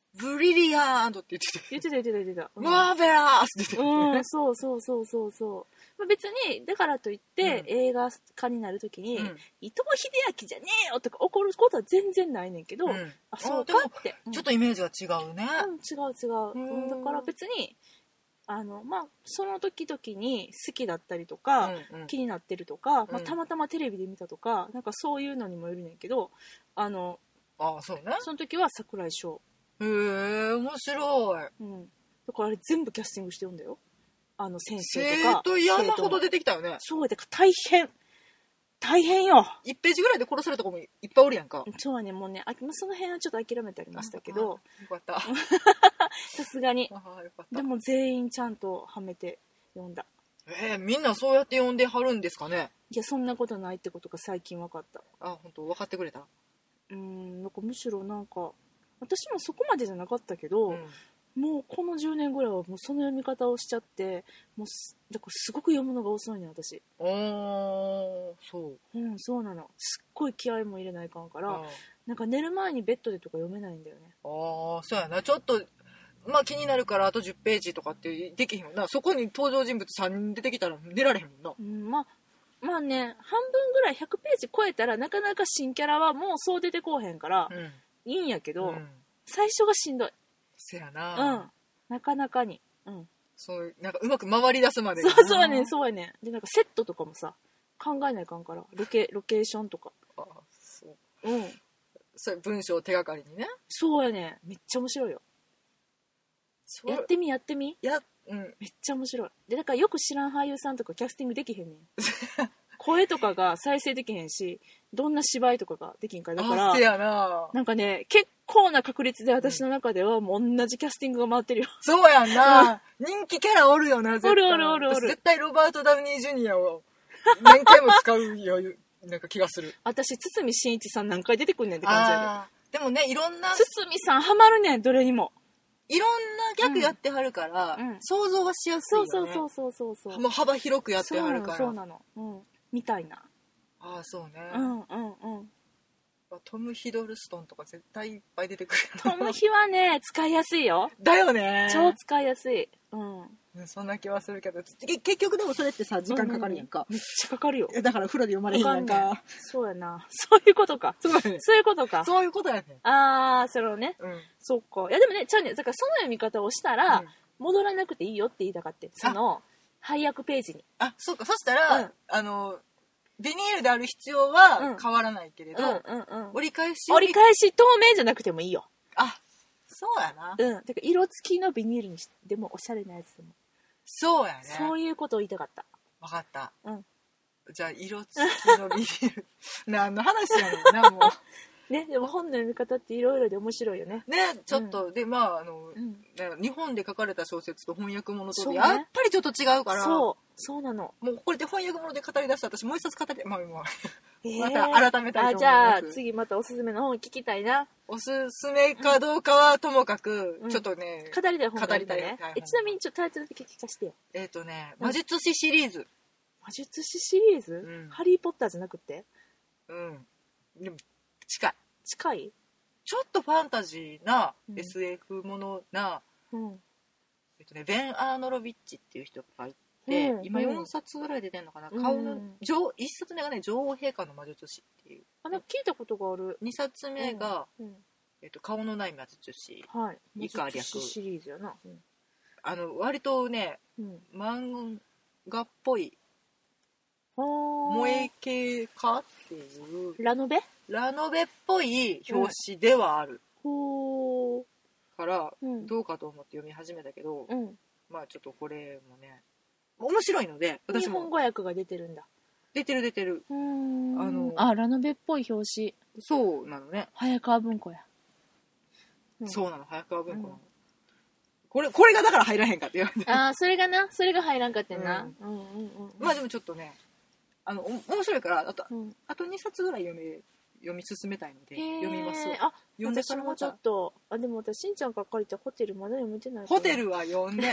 Speaker 2: ブリリアントって言ってて
Speaker 1: 言ってた言ってた言ってた、うん、
Speaker 2: マーベラースって言って
Speaker 1: た、うん、そうそうそうそうそう、まあ、別にだからといって、うん、映画化になるときに、うん、伊藤英明じゃねえよとか怒ることは全然ないねんけど、うん、あそうかって、
Speaker 2: ちょっとイメージは違うね、
Speaker 1: うん、違う違う、うん、だから別にあのまあ、その時々に好きだったりとか、うんうん、気になってるとか、まあ、たまたまテレビで見たとか、なんかそういうのにもよるねんけど、あの
Speaker 2: あそうね、
Speaker 1: その時は櫻井翔。
Speaker 2: へえ面白い、
Speaker 1: うん、だからあれ全部キャスティングしてるんだよ、あの先生とか
Speaker 2: 生徒山ほど出てきたよね。
Speaker 1: そうだから大変大変よ。い
Speaker 2: ちページぐらいで殺された子もいっぱいおるやんか。
Speaker 1: そうはね、もうね、あその辺はちょっと諦めてありましたけど、よ
Speaker 2: かった
Speaker 1: さすがに。でも全員ちゃんとはめて読んだ。
Speaker 2: えー、みんなそうやって読んではるんですかね。
Speaker 1: いやそんなことないってことが最近分かった。
Speaker 2: あ本当分かってくれた。
Speaker 1: うーんなんかむしろなんか私もそこまでじゃなかったけど、うん、もうこのじゅうねんぐらいはもうその読み方をしちゃって、もうだからすごく読むのが遅いね私。
Speaker 2: あーそう。
Speaker 1: うんそうなの。すっごい気合いも入れないかんから、なんか寝る前にベッドでとか読めないんだよね。
Speaker 2: ああそうやな、ちょっとまあ気になるからあとじゅっページとかってできへんもんな。そこに登場人物さんにん出てきたら寝られへんもんな。
Speaker 1: うん、まあまあね半分ぐらいひゃくページ超えたらなかなか新キャラはもうそう出てこうへんから、うんいいんやけど、うん、最初がしんどい。
Speaker 2: せやな、
Speaker 1: うん、なかなかに、うん、
Speaker 2: そうなんかうまく回り出すまで。
Speaker 1: そうそうやねんそうやねん。でなんかセットとかもさ考えないかんから、ロケロケーションとか。あそううん
Speaker 2: それ文章を手がかりにね。
Speaker 1: そうやねんめっちゃ面白いよ。やってみやってみ
Speaker 2: や、うん、
Speaker 1: めっちゃ面白い。でだからよく知らん俳優さんとかキャスティングできへんねん声とかが再生できへんし、どんな芝居とかができんから、だから
Speaker 2: せやな、
Speaker 1: なんかね結構な確率で私の中ではもう同じキャスティングが回ってるよ。
Speaker 2: そうやんな人気キャラおるよな絶対。
Speaker 1: おるおるおるおる。
Speaker 2: 絶対ロバート・ダウニー・ジュニアを何回も使うよなんか気がする。
Speaker 1: 私堤真一さん何回出てくんねんって感じや
Speaker 2: で。でもねいろんな
Speaker 1: 堤さんハマるねんどれにも。
Speaker 2: いろんなギャグやってはるから、うん、想像がしやすいよね。
Speaker 1: そうそうそうそうそう。
Speaker 2: もう幅広くやってはるから。
Speaker 1: そうなの。そうなの。うん。みたいな。
Speaker 2: ああそうね。
Speaker 1: うんうんうん。
Speaker 2: トム・ヒドルストンとか絶対いっぱい出てくる。
Speaker 1: トムヒはね使いやすいよ。
Speaker 2: だよね。
Speaker 1: 超使いやすい。うん。
Speaker 2: そんな気はするけど、結局でもそれってさ時間かかるやんか。
Speaker 1: うんうん、めっちゃかかるよ。
Speaker 2: だから風呂で読まれへんやんか。
Speaker 1: そうやな。そういうことか。
Speaker 2: そうやね。
Speaker 1: そういうことか。
Speaker 2: そういうことやね。
Speaker 1: ああそれをね。うん。そっか。いやでもねちゃうね。だからその読み方をしたら、うん、戻らなくていいよって言いたかって。その配役ページに。
Speaker 2: あそうか。そしたら、うん、あの。ビニールである必要は変わらないけれど、うんうんうんうん、折り返し
Speaker 1: 折り返し透明じゃなくてもいいよ。
Speaker 2: あ、そうやな。
Speaker 1: うん。てか色付きのビニールにしてでもおしゃれなやつでも。
Speaker 2: そうやね。
Speaker 1: そういうことを言いたかった。
Speaker 2: 分かった。
Speaker 1: うん。
Speaker 2: じゃあ色付きのビニール何の話やねんなもう。
Speaker 1: ね、でも本の読み方っていろいろで面白いよね。
Speaker 2: ね、ちょっと、うん、でまああの、うん、日本で書かれた小説と翻訳物とで、ね、やっぱりちょっと違うから。
Speaker 1: そう、そうなの。
Speaker 2: もうこれで翻訳物で語り出したら私もう一冊語りまあまあ、えー、また改めたいと思います。あ
Speaker 1: じゃあ次またおすすめの本聞きたいな。
Speaker 2: おすすめかどうかはともかく、うん、ちょっとね
Speaker 1: 語りたい本があるからね。えちなみにちょっとタイトルだけ聞かせてよ。
Speaker 2: えっ、ー、とね魔術師シリーズ。
Speaker 1: 魔術師シリーズ、うん、ハリーポッターじゃなくて。
Speaker 2: うんでも近い
Speaker 1: 近い
Speaker 2: ちょっとファンタジーな エスエフ ものな、うんえっとね、ベン・アーノロビッチっていう人が書いて、うん、今よんさつぐらい出てるのかな、うん、顔のいっさつめがね女王陛下の魔術師っていう
Speaker 1: あなんか聞いたことがある。
Speaker 2: にさつめが、うんうんえっと、顔のない魔術師、
Speaker 1: はい、以下略シリーズやな、うん、
Speaker 2: あの割とね、うん、漫画っぽい萌え系かっていう
Speaker 1: ラノベ
Speaker 2: ラノベっぽい表紙ではある、
Speaker 1: うん、
Speaker 2: から、うん、どうかと思って読み始めたけど、うん、まあちょっとこれもね面白いので私も
Speaker 1: 日本語訳が出てるんだ。
Speaker 2: 出てる出てる。
Speaker 1: うーんあのあラノベっぽい表紙。
Speaker 2: そうなのね。
Speaker 1: 早川文庫や、
Speaker 2: うん、そうなの早川文庫なの、うん、これこれがだから入らへんかって言われて
Speaker 1: あそれがなそれが入らんかってんな、うんうんうんうん、
Speaker 2: まあでもちょっとねあの面白いからあと、うん、あとにさつぐらい読め読み進めたいので読みます。
Speaker 1: あ読んでからまた私もちょっとあでも私しんちゃんから借りたホテルまだ読めてないから。
Speaker 2: ホテルは読んで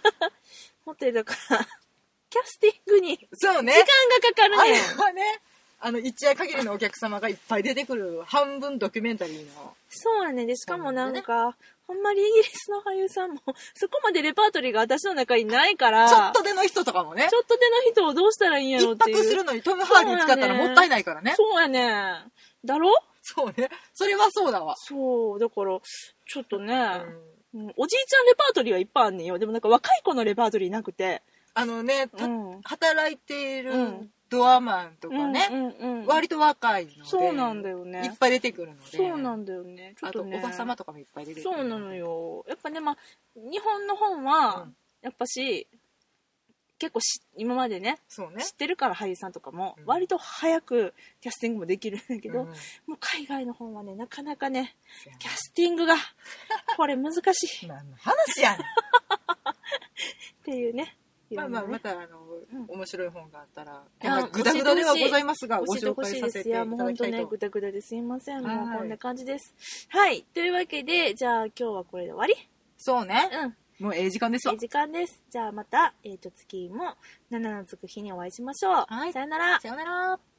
Speaker 1: ホテルだからキャスティングに
Speaker 2: そうね
Speaker 1: 時間がかかるねん。
Speaker 2: あれはねあの一夜限りのお客様がいっぱい出てくる半分ドキュメンタリーの。
Speaker 1: そうやね。でしかもなんか、ね、ほんまにイギリスの俳優さんもそこまでレパートリーが私の中にないから、
Speaker 2: ちょっと出の人とかもね、
Speaker 1: ちょっと出の人をどうしたらいいんやろっていう。
Speaker 2: 一泊するのにトム・ハーディ使ったらもったいないからね。
Speaker 1: そうやね。だろ？
Speaker 2: そうね。それはそうだわ。
Speaker 1: そうだからちょっとね、うん、おじいちゃんレパートリーはいっぱいあんねんよ。でもなんか若い子のレパートリーなくて、
Speaker 2: あのね、うん、働いている、うんドアマンとかね、うんうんうん、割と若いので、
Speaker 1: そうなんだよね。
Speaker 2: いっぱい出てくるので、
Speaker 1: そうなんだよね。
Speaker 2: ちょっとね、あとおばさまとかもいっぱい出てくる。
Speaker 1: そうなのよ。やっぱね、まあ日本の本は、うん、やっぱし結構し今までね、
Speaker 2: そうね、
Speaker 1: 知ってるから俳優さんとかも、うん、割と早くキャスティングもできるんだけど、うん、もう海外の本はねなかなかねキャスティングがこれ難しい。
Speaker 2: 何の話やねん
Speaker 1: っていうね。
Speaker 2: まあまあまたあの、うん、面白い本があったらグダグダではございますがご紹介させていただきたいと。いやもう本当ね
Speaker 1: グダグダですいません。もうこんな感じです。はいというわけでじゃあ今日はこれで終わり。
Speaker 2: そうね。うん。もうええ時間ですわ。
Speaker 1: ええ時間です。じゃあまたえっと次もななのつく日にお会いしましょう。はい。さよなら。
Speaker 2: さよなら。